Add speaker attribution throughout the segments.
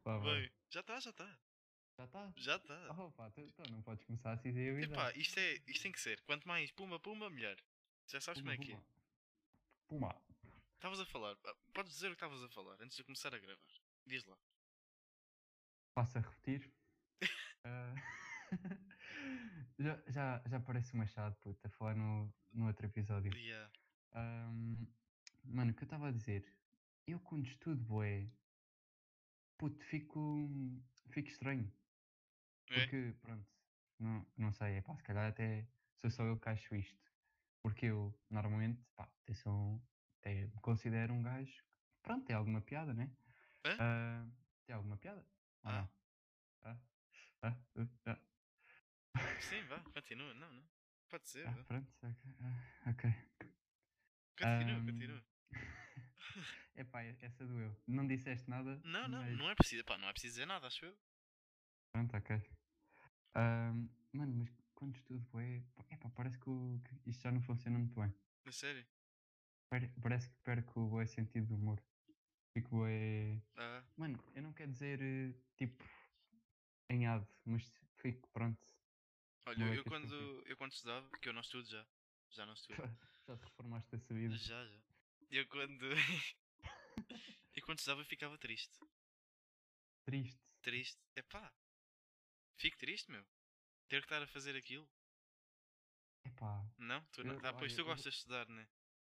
Speaker 1: Vá, vá.
Speaker 2: Bem, já está, já está.
Speaker 1: Já está?
Speaker 2: Já está.
Speaker 1: Oh, pá, então não podes começar assim sem avisar.
Speaker 2: Epá, isto tem que ser. Quanto mais pumba pumba, melhor. Já sabes como
Speaker 1: Puma,
Speaker 2: é que é.
Speaker 1: puma. Puma.
Speaker 2: Estavas a falar. Podes dizer o que estavas a falar antes de eu começar a gravar. Diz lá.
Speaker 1: Passo a repetir. Ah, já parece um machado, puta, a falar no outro episódio.
Speaker 2: Yeah.
Speaker 1: Mano, o que eu estava a dizer? Eu quando estudo bué, puto, fico estranho.
Speaker 2: É?
Speaker 1: Porque, pronto, não sei, pá, se calhar até sou só eu que acho isto. Porque eu, normalmente, pá, até me considero um gajo, pronto, tem alguma piada, né?
Speaker 2: Hã?
Speaker 1: Ah, tem alguma piada? Ou
Speaker 2: Ah?
Speaker 1: não? Ah, ah, ah,
Speaker 2: Sim, vá, continua. Não, não. Pode ser, vá.
Speaker 1: pronto, ok. Ok.
Speaker 2: Continua, continua.
Speaker 1: Epá, essa doeu. Não disseste nada,
Speaker 2: Não, não,
Speaker 1: mas
Speaker 2: não é preciso. Pá, não é preciso dizer nada, acho eu.
Speaker 1: pronto, ok. Mano, mas quando estudo bué, epá, parece que isto já não funciona muito bem.
Speaker 2: Na sério.
Speaker 1: Parece que perco o bué sentido do humor. Fico bué...
Speaker 2: Ah.
Speaker 1: Mano, eu não quero dizer, tipo, enhado, mas fico, pronto,
Speaker 2: Olha,
Speaker 1: uma
Speaker 2: eu
Speaker 1: beca
Speaker 2: quando,
Speaker 1: estúpido.
Speaker 2: eu quando estudava, que eu não estudo já. Já não estudo.
Speaker 1: Já te reformaste dessa vida.
Speaker 2: Já, já. Eu quando. eu quando estudava ficava triste.
Speaker 1: Triste.
Speaker 2: Triste. Epá. Fico triste, meu. Ter que estar a fazer aquilo.
Speaker 1: Epá,
Speaker 2: Não? Tu não... Ah, pois
Speaker 1: olha,
Speaker 2: tu gostas de estudar, né?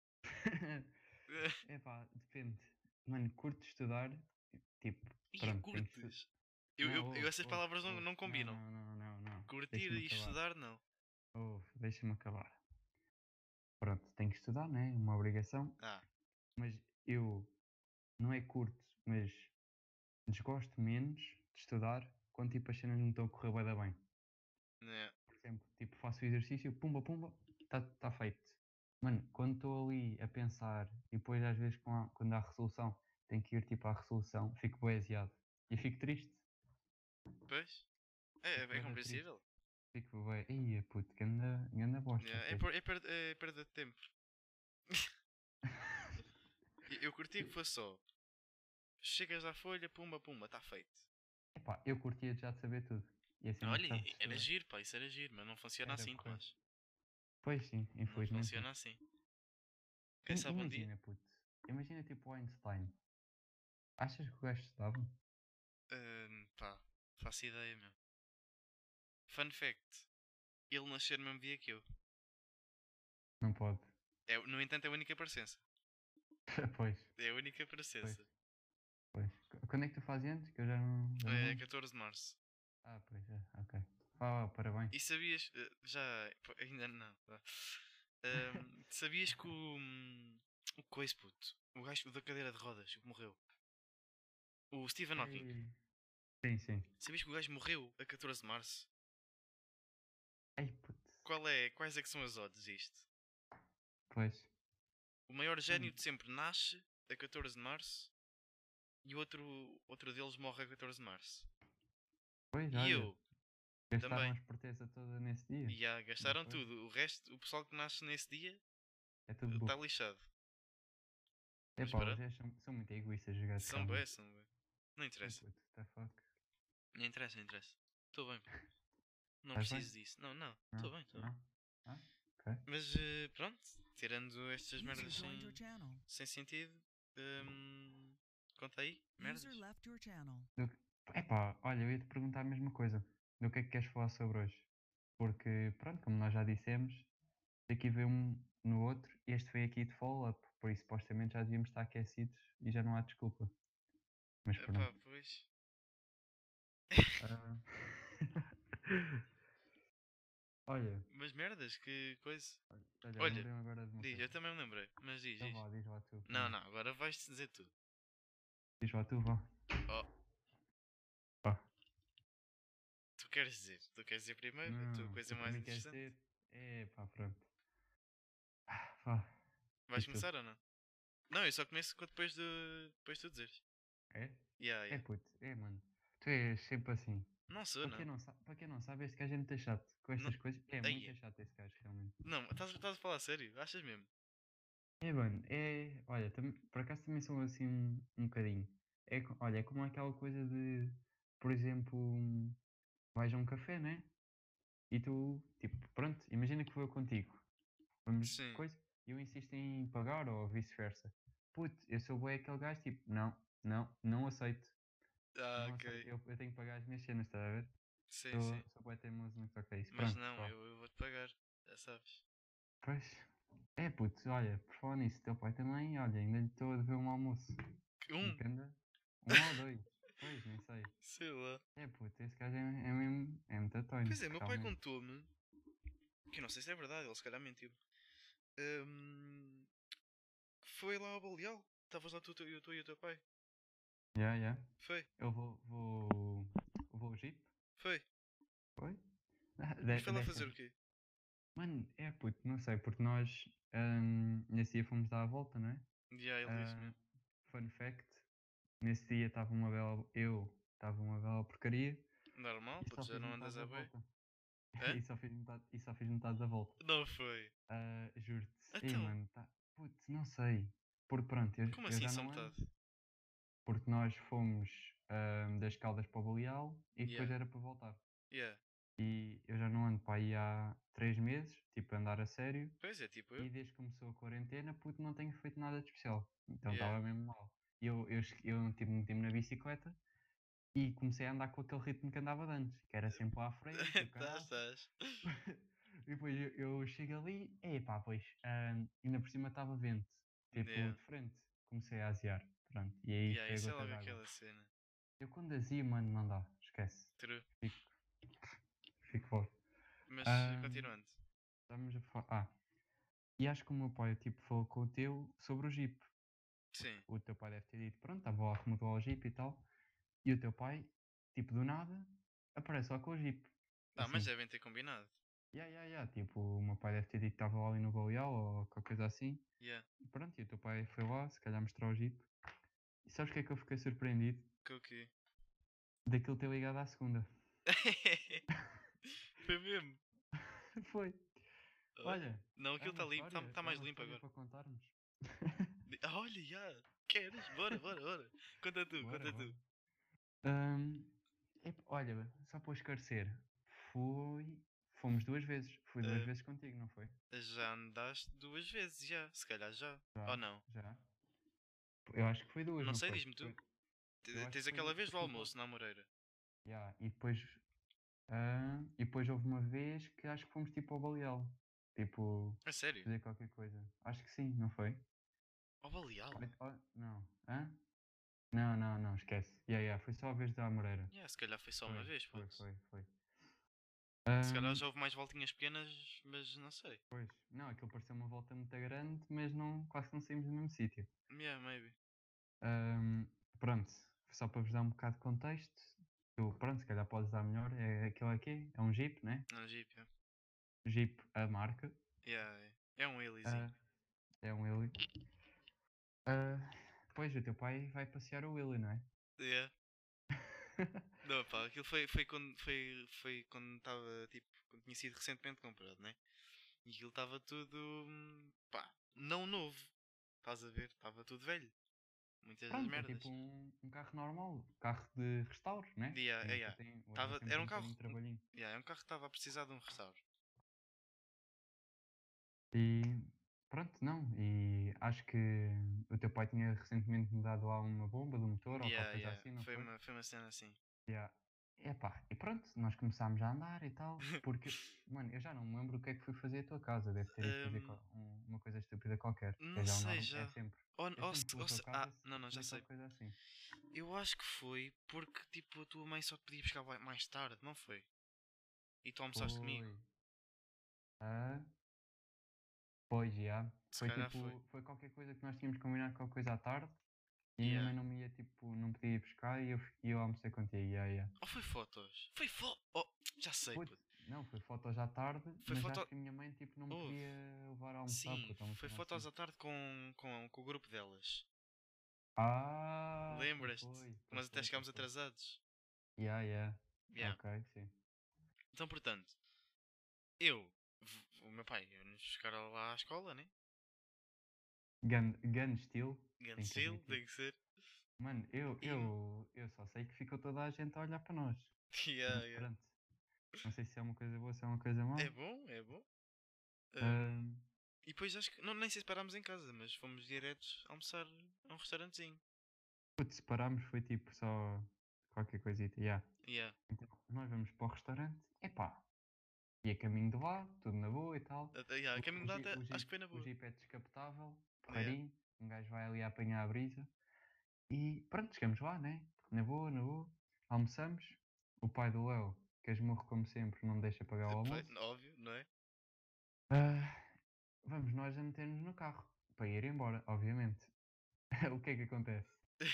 Speaker 1: epá, depende. Mano, curto estudar, tipo,
Speaker 2: Ia
Speaker 1: pronto, tenho que estudar.
Speaker 2: curtes.
Speaker 1: Não,
Speaker 2: Essas palavras não
Speaker 1: não,
Speaker 2: combinam.
Speaker 1: não, não, não, não.
Speaker 2: Curtir
Speaker 1: Deixa-me
Speaker 2: e
Speaker 1: acabar.
Speaker 2: estudar, não.
Speaker 1: Deixa-me acabar. Pronto, tenho que estudar, né? Uma obrigação.
Speaker 2: Ah,
Speaker 1: Mas eu não é curto, mas desgosto menos de estudar quando tipo as cenas não estão a correr bué da bem.
Speaker 2: né.
Speaker 1: Por exemplo, tipo, faço o exercício, pumba, pumba, tá feito. Mano, quando estou ali a pensar e depois às vezes quando há resolução, tenho que ir tipo à resolução, fico bué aziado. E fico triste.
Speaker 2: Pois. É,
Speaker 1: Fico
Speaker 2: é
Speaker 1: bué da triste.
Speaker 2: compreensível.
Speaker 1: Fico bué, ia puto, ganda bosta
Speaker 2: Yeah,
Speaker 1: fez.
Speaker 2: é perda de tempo. Eu curtia que fosse só. Chegas à folha, pumba, pumba, está feito.
Speaker 1: Epá, eu curtia já de saber tudo. E assim não
Speaker 2: Olha,
Speaker 1: precisava de
Speaker 2: era
Speaker 1: estudar.
Speaker 2: giro, pá, isso era giro, mas não funciona
Speaker 1: Era
Speaker 2: assim,
Speaker 1: porreiro.
Speaker 2: Tomás.
Speaker 1: Pois sim,
Speaker 2: Não
Speaker 1: infelizmente não.
Speaker 2: funciona assim. Quem sabe um dia?
Speaker 1: Imagina, puto. Imagina tipo o Einstein. Achas que o gajo estudava?
Speaker 2: Pá, faço ideia, meu. Fun fact: ele nasceu no mesmo dia que eu.
Speaker 1: Não pode.
Speaker 2: É, no entanto, é a única presença.
Speaker 1: Pois,
Speaker 2: É a única
Speaker 1: pois,
Speaker 2: presença.
Speaker 1: pois. Quando é que tu fazes anos? Que eu já não
Speaker 2: É
Speaker 1: lembro.
Speaker 2: 14 de março.
Speaker 1: Ah, pois é, ok. Parabéns.
Speaker 2: E sabias. Já. Ainda não. Vá. Sabias que o coisa, puto. O gajo da cadeira de rodas, o que morreu. O Stephen Hawking.
Speaker 1: Ei. Sim, sim.
Speaker 2: Sabias que o gajo morreu a 14 de março?
Speaker 1: Ei, puto.
Speaker 2: Quais é que são as odds disto?
Speaker 1: Pois.
Speaker 2: O maior
Speaker 1: Mano,
Speaker 2: gênio de sempre nasce a 14 de março e outro deles morre a 14 de março.
Speaker 1: pois,
Speaker 2: E
Speaker 1: olha.
Speaker 2: eu
Speaker 1: Gastaram a
Speaker 2: também.
Speaker 1: esperteza toda nesse dia.
Speaker 2: E já
Speaker 1: Não
Speaker 2: gastaram
Speaker 1: foi?
Speaker 2: tudo. O resto, o pessoal que nasce nesse dia,
Speaker 1: É tudo
Speaker 2: está
Speaker 1: burro.
Speaker 2: lixado. Mas
Speaker 1: Epá, os
Speaker 2: pronto,
Speaker 1: gajos são muito egoístas, os gajos,
Speaker 2: são bué,
Speaker 1: realmente.
Speaker 2: são bué. Não
Speaker 1: Ei,
Speaker 2: interessa.
Speaker 1: puto, the fuck.
Speaker 2: Não interessa, não interessa. Estou bem, pá. Não
Speaker 1: Estás bem?
Speaker 2: preciso disso. Não, não.
Speaker 1: Não?
Speaker 2: Estou bem, estou bem.
Speaker 1: Não? Ah, ok.
Speaker 2: Mas pronto, tirando estas
Speaker 3: User
Speaker 2: merdas
Speaker 3: joined your channel.
Speaker 2: sem sentido, conta aí, merdas.
Speaker 3: User left your channel.
Speaker 1: Epá, olha, eu ia te perguntar a mesma coisa. Do que é que queres falar sobre hoje? Porque, pronto, como nós já dissemos, aqui veio um no outro, este foi aqui de follow-up, por isso supostamente já devíamos estar aquecidos e já não há desculpa. Mas
Speaker 2: Epá,
Speaker 1: pronto.
Speaker 2: pois.
Speaker 1: Ah, Olha,
Speaker 2: Mas merdas, que coisa.
Speaker 1: olha,
Speaker 2: Olha,
Speaker 1: lembrei-me agora de uma
Speaker 2: diz,
Speaker 1: coisa.
Speaker 2: eu também me lembrei, mas diz,
Speaker 1: Então
Speaker 2: diz.
Speaker 1: vá, diz lá tu
Speaker 2: Não,
Speaker 1: primeiro.
Speaker 2: não, agora vais-te dizer tu.
Speaker 1: Diz lá tu, vá.
Speaker 2: Oh,
Speaker 1: Vá.
Speaker 2: tu queres dizer primeiro, a tua
Speaker 1: Não,
Speaker 2: coisa
Speaker 1: tu
Speaker 2: mais
Speaker 1: também queres
Speaker 2: interessante.
Speaker 1: ser? É, pá, pronto. Vá,
Speaker 2: Vais
Speaker 1: diz tu.
Speaker 2: começar ou não? Não, eu só começo depois de tu dizeres.
Speaker 1: É?
Speaker 2: Yeah,
Speaker 1: É
Speaker 2: yeah.
Speaker 1: puto, é mano. Tu és sempre assim.
Speaker 2: Não sou, não.
Speaker 1: Para quem não sabe, este gajo é muito chato com
Speaker 2: Não.
Speaker 1: estas coisas. É muito
Speaker 2: Aí,
Speaker 1: chato esse gajo, realmente.
Speaker 2: não, estás a falar sério? Achas mesmo?
Speaker 1: É, mano, é. Olha, por acaso também sou assim um bocadinho. olha, é como aquela coisa de, por exemplo, vais a um café, né? E tu, tipo, pronto, imagina que vou eu contigo. Vamos,
Speaker 2: Sim.
Speaker 1: coisa, e eu insisto em pagar ou vice-versa. Puto, eu sou bué aquele gajo, tipo, não aceito.
Speaker 2: Ah,
Speaker 1: Não
Speaker 2: ok.
Speaker 1: aceito. Eu tenho que pagar as minhas cenas, estás a ver?
Speaker 2: Sim, sim.
Speaker 1: Sou bué teimoso no que toca a isso.
Speaker 2: Mas
Speaker 1: Pronto,
Speaker 2: não,
Speaker 1: ó.
Speaker 2: eu vou-te pagar. Já sabes.
Speaker 1: Pois, é puto, olha, por falar nisso, teu pai também, olha, ainda lhe estou a dever um almoço.
Speaker 2: Um?
Speaker 1: Dependa, um ou dois. Pois, nem sei.
Speaker 2: Sei lá.
Speaker 1: É puto, esse gajo é mesmo, é muito atonho,
Speaker 2: Pois é, meu pai
Speaker 1: realmente.
Speaker 2: contou-me. Que eu não sei se é verdade, ele se calhar mentiu. hum, que foi lá ao Baleal. Estavas lá tu e o teu pai.
Speaker 1: Yeah, yeah.
Speaker 2: Foi,
Speaker 1: Eu vou ao Jeep,
Speaker 2: foi.
Speaker 1: foi?
Speaker 2: Mas foi lá
Speaker 1: Deve
Speaker 2: fazer
Speaker 1: ser.
Speaker 2: o quê?
Speaker 1: Mano, é puto, não sei, porque nós nesse dia fomos dar a volta, não é?
Speaker 2: Já, ele
Speaker 1: Ah,
Speaker 2: disse-me.
Speaker 1: fun fact, nesse dia estava uma bela porcaria
Speaker 2: Normal,
Speaker 1: e
Speaker 2: puto,
Speaker 1: só
Speaker 2: já
Speaker 1: fiz
Speaker 2: não
Speaker 1: metade
Speaker 2: andas
Speaker 1: da
Speaker 2: a bem.
Speaker 1: volta.
Speaker 2: Hã?
Speaker 1: E só fiz metade da volta.
Speaker 2: Não foi.
Speaker 1: Juro-te. Ei,
Speaker 2: Então,
Speaker 1: mano, tá. Putz, não sei. Porque pronto,
Speaker 2: como
Speaker 1: eu
Speaker 2: assim
Speaker 1: já
Speaker 2: só
Speaker 1: não ando.
Speaker 2: metade?
Speaker 1: Porque nós fomos das Caldas para o Baleal e
Speaker 2: Yeah,
Speaker 1: depois era para voltar.
Speaker 2: yeah.
Speaker 1: E eu já não ando para aí há 3 meses, tipo, a andar a sério.
Speaker 2: Pois é, tipo eu.
Speaker 1: E desde que começou a quarentena, puto, não tenho feito nada de especial. Então
Speaker 2: Yeah.
Speaker 1: estava mesmo mal. Eu tipo, meti-me na bicicleta e comecei a andar com aquele ritmo que andava de antes, que era sempre lá à frente, e o
Speaker 2: Estás,
Speaker 1: caralho.
Speaker 2: estás.
Speaker 1: E depois eu chego ali, epá, pois, ainda por cima estava vento, tipo,
Speaker 2: Yeah.
Speaker 1: de frente. Comecei a aziar, pronto. E aí
Speaker 2: Yeah,
Speaker 1: foi a
Speaker 2: isso é
Speaker 1: gota
Speaker 2: logo
Speaker 1: d'água.
Speaker 2: aquela cena.
Speaker 1: Eu quando azio, mano, não dá, esquece.
Speaker 2: True.
Speaker 1: Fico, fico fora.
Speaker 2: Mas
Speaker 1: Ahm,
Speaker 2: continuando.
Speaker 1: Estamos a falar. E acho que o meu pai, tipo, falou com o teu sobre o Jeep. Porque
Speaker 2: Sim.
Speaker 1: o teu pai deve ter dito, pronto, estava a remodelar o Jeep e tal. E o teu pai, tipo, do nada, aparece lá com o Jeep.
Speaker 2: Ah, mas
Speaker 1: Assim.
Speaker 2: devem ter combinado.
Speaker 1: Tipo, o meu pai deve ter dito que estava lá ali no Baleal ou qualquer coisa assim.
Speaker 2: Yeah.
Speaker 1: E pronto, e o teu pai foi lá, se calhar mostrar o Jeep. E sabes o que é que eu fiquei surpreendido?
Speaker 2: Que o quê?
Speaker 1: Daquilo ter ligado à segunda.
Speaker 2: Foi mesmo.
Speaker 1: Foi.
Speaker 2: Olha.
Speaker 1: Olha,
Speaker 2: Não, aquilo está limpo. Está
Speaker 1: é
Speaker 2: mais
Speaker 1: uma
Speaker 2: limpo
Speaker 1: história
Speaker 2: agora.
Speaker 1: para contarmos.
Speaker 2: Olha, já. Queres? Bora, bora, bora. Conta tu,
Speaker 1: Bora,
Speaker 2: conta
Speaker 1: bora.
Speaker 2: tu.
Speaker 1: Hum, olha, só para esclarecer, foi. Fomos 2 vezes. Fui duas
Speaker 2: Ah,
Speaker 1: vezes contigo, não foi?
Speaker 2: já andaste duas vezes, já. Se calhar já. Ou
Speaker 1: Já,
Speaker 2: não?
Speaker 1: já. Eu acho que foi duas,
Speaker 2: Não
Speaker 1: não
Speaker 2: sei,
Speaker 1: foi?
Speaker 2: diz-me tu.
Speaker 1: Eu acho
Speaker 2: Tens
Speaker 1: que foi
Speaker 2: aquela
Speaker 1: duas.
Speaker 2: vez do
Speaker 1: Porque
Speaker 2: almoço na Moreira.
Speaker 1: e depois houve uma vez que acho que fomos tipo ao Baleal. Tipo,
Speaker 2: A sério?
Speaker 1: fazer qualquer coisa. Acho que sim, não foi?
Speaker 2: Ao Baleal?
Speaker 1: Não. Hã? Não, esquece. Foi só a vez da Amoreira.
Speaker 2: Yeah, se calhar foi só uma vez, putz.
Speaker 1: Foi.
Speaker 2: Se calhar
Speaker 1: Ahm,
Speaker 2: já houve mais voltinhas pequenas, mas não sei.
Speaker 1: Pois, não, aquilo pareceu uma volta muito grande, mas não, quase que não saímos do mesmo sítio.
Speaker 2: Yeah, maybe.
Speaker 1: Ahm, Pronto, só para vos dar um bocado de contexto, tu, pronto, se calhar podes dar melhor, é aquele aqui, é um Jeep, né?
Speaker 2: Na Jeep, yeah.
Speaker 1: Jeep, a marca,
Speaker 2: Yeah, é um Williezinho.
Speaker 1: ah, é um Willy. Ah, Pois, o teu pai vai passear o Willy, não é?
Speaker 2: Yeah. Não, pá, aquilo foi quando estava, tipo, quando tinha sido recentemente comprado, né? E aquilo estava tudo, pá, não novo. Estás a ver? Estava tudo velho. Muitas das
Speaker 1: Pronto, é tipo
Speaker 2: merdas.
Speaker 1: um carro normal, carro de restauro, né?
Speaker 2: Yeah,
Speaker 1: Tem,
Speaker 2: yeah.
Speaker 1: leva sempre
Speaker 2: Era
Speaker 1: um
Speaker 2: um carro,
Speaker 1: bocadinho de trabalhinho.
Speaker 2: yeah, é um carro que estava a precisar de um restauro.
Speaker 1: E pronto, não. E acho que o teu pai tinha recentemente mudado lá uma bomba do motor ou qualquer
Speaker 2: Yeah,
Speaker 1: coisa
Speaker 2: yeah.
Speaker 1: assim, não foi?
Speaker 2: Foi uma cena assim.
Speaker 1: Yeah. Epá, e pronto, nós começámos a andar e tal, porque, mano, eu já não me lembro o que é que fui fazer a tua casa, deve ter ido fazer
Speaker 2: Hum,
Speaker 1: uma coisa estúpida qualquer, que
Speaker 2: não
Speaker 1: é já o
Speaker 2: sei
Speaker 1: normal, é
Speaker 2: já.
Speaker 1: sempre.
Speaker 2: Ou,
Speaker 1: Eu
Speaker 2: ou,
Speaker 1: sempre que vou à tua casa
Speaker 2: não, não, já
Speaker 1: fazer
Speaker 2: sei.
Speaker 1: qualquer coisa assim.
Speaker 2: Eu acho que foi porque tipo a tua mãe só te podia buscar mais tarde, não foi? E tu almoçaste comigo.
Speaker 1: Foi. Ah, pois, já.
Speaker 2: Se
Speaker 1: Foi
Speaker 2: calhar foi.
Speaker 1: tipo, foi qualquer coisa que nós tínhamos combinado qualquer coisa à tarde e a minha
Speaker 2: Yeah.
Speaker 1: mãe não me ia, tipo, não podia ir buscar e eu almocei contigo, yeah.
Speaker 2: Ou foi fotos? Foi foto. Oh, já sei,
Speaker 1: Putz,
Speaker 2: puto.
Speaker 1: não, foi fotos à tarde,
Speaker 2: Foi
Speaker 1: mas
Speaker 2: foto.
Speaker 1: acho que a minha mãe, tipo, não me
Speaker 2: Houve.
Speaker 1: queria levar a almoçar,
Speaker 2: Sim,
Speaker 1: puto, ou uma
Speaker 2: foi
Speaker 1: cena
Speaker 2: fotos
Speaker 1: assim.
Speaker 2: à tarde com o grupo delas.
Speaker 1: Ah,
Speaker 2: Lembras-te? Nós até
Speaker 1: pois
Speaker 2: chegámos
Speaker 1: foi.
Speaker 2: atrasados.
Speaker 1: Yeah.
Speaker 2: Yeah.
Speaker 1: Ok, sim.
Speaker 2: Então, portanto, eu, o meu pai, ia-nos buscar lá à escola, né?
Speaker 1: Gun Steel,
Speaker 2: Grande
Speaker 1: tenho que
Speaker 2: estilo,
Speaker 1: admitir.
Speaker 2: tem que ser.
Speaker 1: Mano,
Speaker 2: E,
Speaker 1: eu só sei que ficou toda a gente a olhar para nós.
Speaker 2: yeah,
Speaker 1: Mas
Speaker 2: yeah.
Speaker 1: pronto, não sei se é uma coisa boa, se é uma coisa má.
Speaker 2: É bom, é bom.
Speaker 1: Ahm,
Speaker 2: E depois acho que, não, nem sei se parámos em casa, mas fomos diretos almoçar a um restaurantezinho.
Speaker 1: Putz, separámos, foi tipo só qualquer coisita, yeah.
Speaker 2: Yeah.
Speaker 1: Então, nós vamos para o restaurante, epá, e a caminho de lá, tudo na boa e tal.
Speaker 2: Yeah,
Speaker 1: O,
Speaker 2: a caminho
Speaker 1: o,
Speaker 2: de lá
Speaker 1: jeep, o,
Speaker 2: acho
Speaker 1: jeep,
Speaker 2: que foi na
Speaker 1: o
Speaker 2: boa.
Speaker 1: jeep é descapotável,
Speaker 2: Yeah.
Speaker 1: porreirinho, um gajo vai ali a apanhar a brisa. E pronto, chegamos lá, né? Na boa, na boa. Almoçamos. O pai do Léo, que esmurro como sempre, não me deixa pagar o
Speaker 2: Pois,
Speaker 1: almoço.
Speaker 2: óbvio, não é?
Speaker 1: Ah, vamos nós a meter-nos no carro, para ir embora, obviamente. O que é que acontece?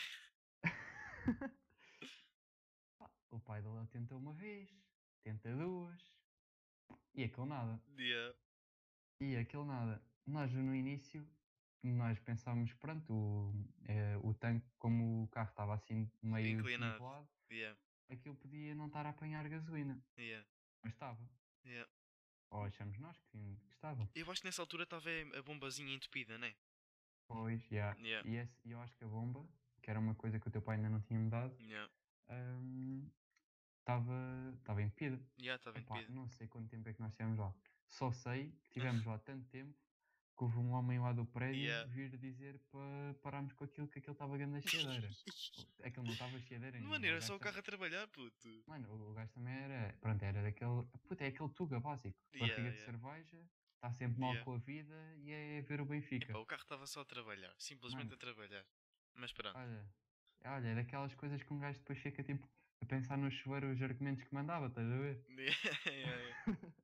Speaker 1: Pá, o pai do Léo tenta uma vez, tenta duas, e aquele nada.
Speaker 2: Yeah.
Speaker 1: E aquele nada. Nós no início, nós pensávamos, pronto, o tanque, como o carro estava assim meio
Speaker 2: Inclinado.
Speaker 1: desnivelado,
Speaker 2: Yeah.
Speaker 1: aquilo podia não estar a apanhar gasolina.
Speaker 2: Yeah.
Speaker 1: Mas estava.
Speaker 2: Yeah.
Speaker 1: Ou achamos nós que estava.
Speaker 2: Eu acho que nessa altura estava a bombazinha entupida, né?
Speaker 1: Pois, já.
Speaker 2: Yeah.
Speaker 1: E eu acho que a bomba, que era uma coisa que o teu pai ainda não tinha mudado,
Speaker 2: Yeah.
Speaker 1: hum, estava entupida.
Speaker 2: Yeah, estava
Speaker 1: Epá,
Speaker 2: entupida.
Speaker 1: não sei quanto tempo é que nós estivemos lá. Só sei que estivemos lá tanto tempo que houve um homem lá do prédio
Speaker 2: Yeah.
Speaker 1: vir dizer para pararmos com aquilo, que aquilo estava grande a cheadeira. Aquilo não estava cheadeira
Speaker 2: Mano,
Speaker 1: nenhuma. O
Speaker 2: era só
Speaker 1: gajo,
Speaker 2: o carro a trabalhar, puto.
Speaker 1: mano, o gajo também era, pronto, era daquele, puta, é aquele Tuga básico.
Speaker 2: Yeah,
Speaker 1: Barriga de
Speaker 2: yeah.
Speaker 1: cerveja, está sempre mal
Speaker 2: Yeah.
Speaker 1: com a vida e é ver o
Speaker 2: Epá,
Speaker 1: Benfica.
Speaker 2: o carro estava só a trabalhar. Simplesmente
Speaker 1: Mano,
Speaker 2: a trabalhar. Mas pronto.
Speaker 1: olha, olha, é daquelas coisas que um gajo depois fica tipo a pensar no chuveiro os argumentos que mandava, estás a ver?
Speaker 2: Yeah, yeah, yeah.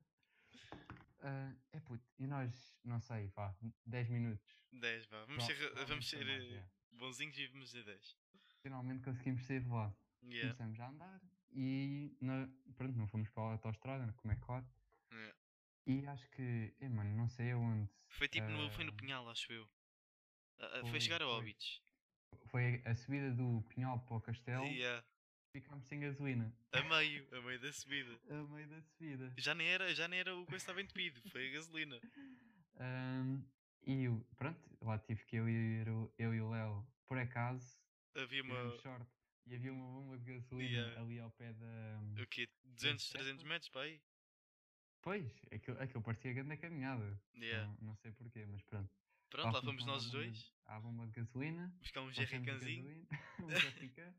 Speaker 1: É puto, e nós, não sei, vá, 10 minutos.
Speaker 2: 10, vá. Vamos
Speaker 1: Provavelmente foi
Speaker 2: ser
Speaker 1: mais, é.
Speaker 2: bonzinhos e vamos a 10.
Speaker 1: Finalmente conseguimos sair de lá.
Speaker 2: Yeah.
Speaker 1: Começamos a andar e pronto, não fomos para a autoestrada, como é claro.
Speaker 2: Yeah.
Speaker 1: E acho que, mano, não sei aonde.
Speaker 2: Foi no Pinhal, acho eu. Foi
Speaker 1: Foi,
Speaker 2: chegar a
Speaker 1: foi.
Speaker 2: Óbidos.
Speaker 1: Foi a subida do Pinhal para o Castelo,
Speaker 2: Yeah.
Speaker 1: ficámos sem gasolina.
Speaker 2: A meio da subida.
Speaker 1: A meio da subida.
Speaker 2: Já nem era o coisa estava entupido, foi a gasolina.
Speaker 1: Ahm, e pronto, lá tive que eu e o Léo, por acaso,
Speaker 2: Havia
Speaker 1: tivemos
Speaker 2: uma.
Speaker 1: sorte e havia uma bomba de gasolina
Speaker 2: Yeah.
Speaker 1: ali ao pé
Speaker 2: O quê?
Speaker 1: das
Speaker 2: 200, 300
Speaker 1: Estefas.
Speaker 2: metros para aí?
Speaker 1: Pois, aquilo parecia grande caminhada.
Speaker 2: Yeah.
Speaker 1: Não sei porquê, mas pronto.
Speaker 2: Pronto,
Speaker 1: Lá
Speaker 2: lá
Speaker 1: fomos
Speaker 2: fomos
Speaker 1: nós
Speaker 2: nós os dois.
Speaker 1: à bomba de gasolina,
Speaker 2: Buscar um
Speaker 1: passamos
Speaker 2: jerrycanzinho.
Speaker 1: gasolina, um jerrycan,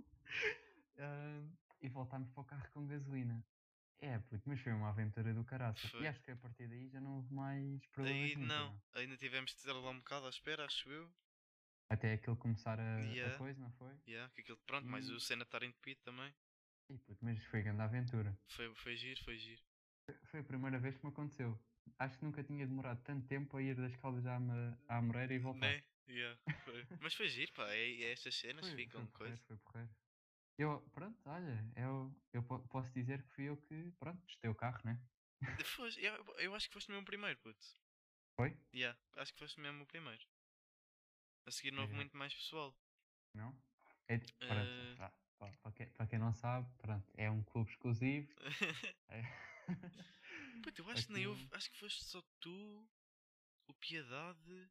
Speaker 1: e voltámos para o carro com gasolina. É, puto, mas foi uma aventura do caraças. E
Speaker 2: Foi.
Speaker 1: acho que a partir daí já não houve mais problemas
Speaker 2: Aí
Speaker 1: nenhum, pois
Speaker 2: não.
Speaker 1: não.
Speaker 2: Ainda tivemos de estar lá um bocado à espera, acho eu.
Speaker 1: Até aquilo começar a
Speaker 2: Yeah.
Speaker 1: coisa, não foi?
Speaker 2: Yeah. Que aquilo, pronto, mas
Speaker 1: E,
Speaker 2: o Senna estar entupido também.
Speaker 1: puto, mas foi grande aventura.
Speaker 2: Foi giro, foi giro.
Speaker 1: Foi a primeira vez que me aconteceu. Acho que nunca tinha demorado tanto tempo a ir das Caldas à Moreira e voltar.
Speaker 2: Né? Yeah. Foi. Mas foi giro, pá. Estas cenas
Speaker 1: Foi
Speaker 2: ficam
Speaker 1: porreiro,
Speaker 2: coisa.
Speaker 1: foi porreiro. Pronto, olha, posso dizer que fui eu que, pronto, testei o carro, né?
Speaker 2: Eu acho que foste mesmo o primeiro, puto.
Speaker 1: Foi?
Speaker 2: Yeah. Acho que foste mesmo o primeiro. A seguir não
Speaker 1: Mas
Speaker 2: houve muito mais pessoal.
Speaker 1: não? Pronto,
Speaker 2: Uh...
Speaker 1: para quem não sabe, pronto, é um clube exclusivo. É.
Speaker 2: Puto, eu acho que nem houve.
Speaker 1: Aquilo,
Speaker 2: Acho que foste só tu, o Piedade.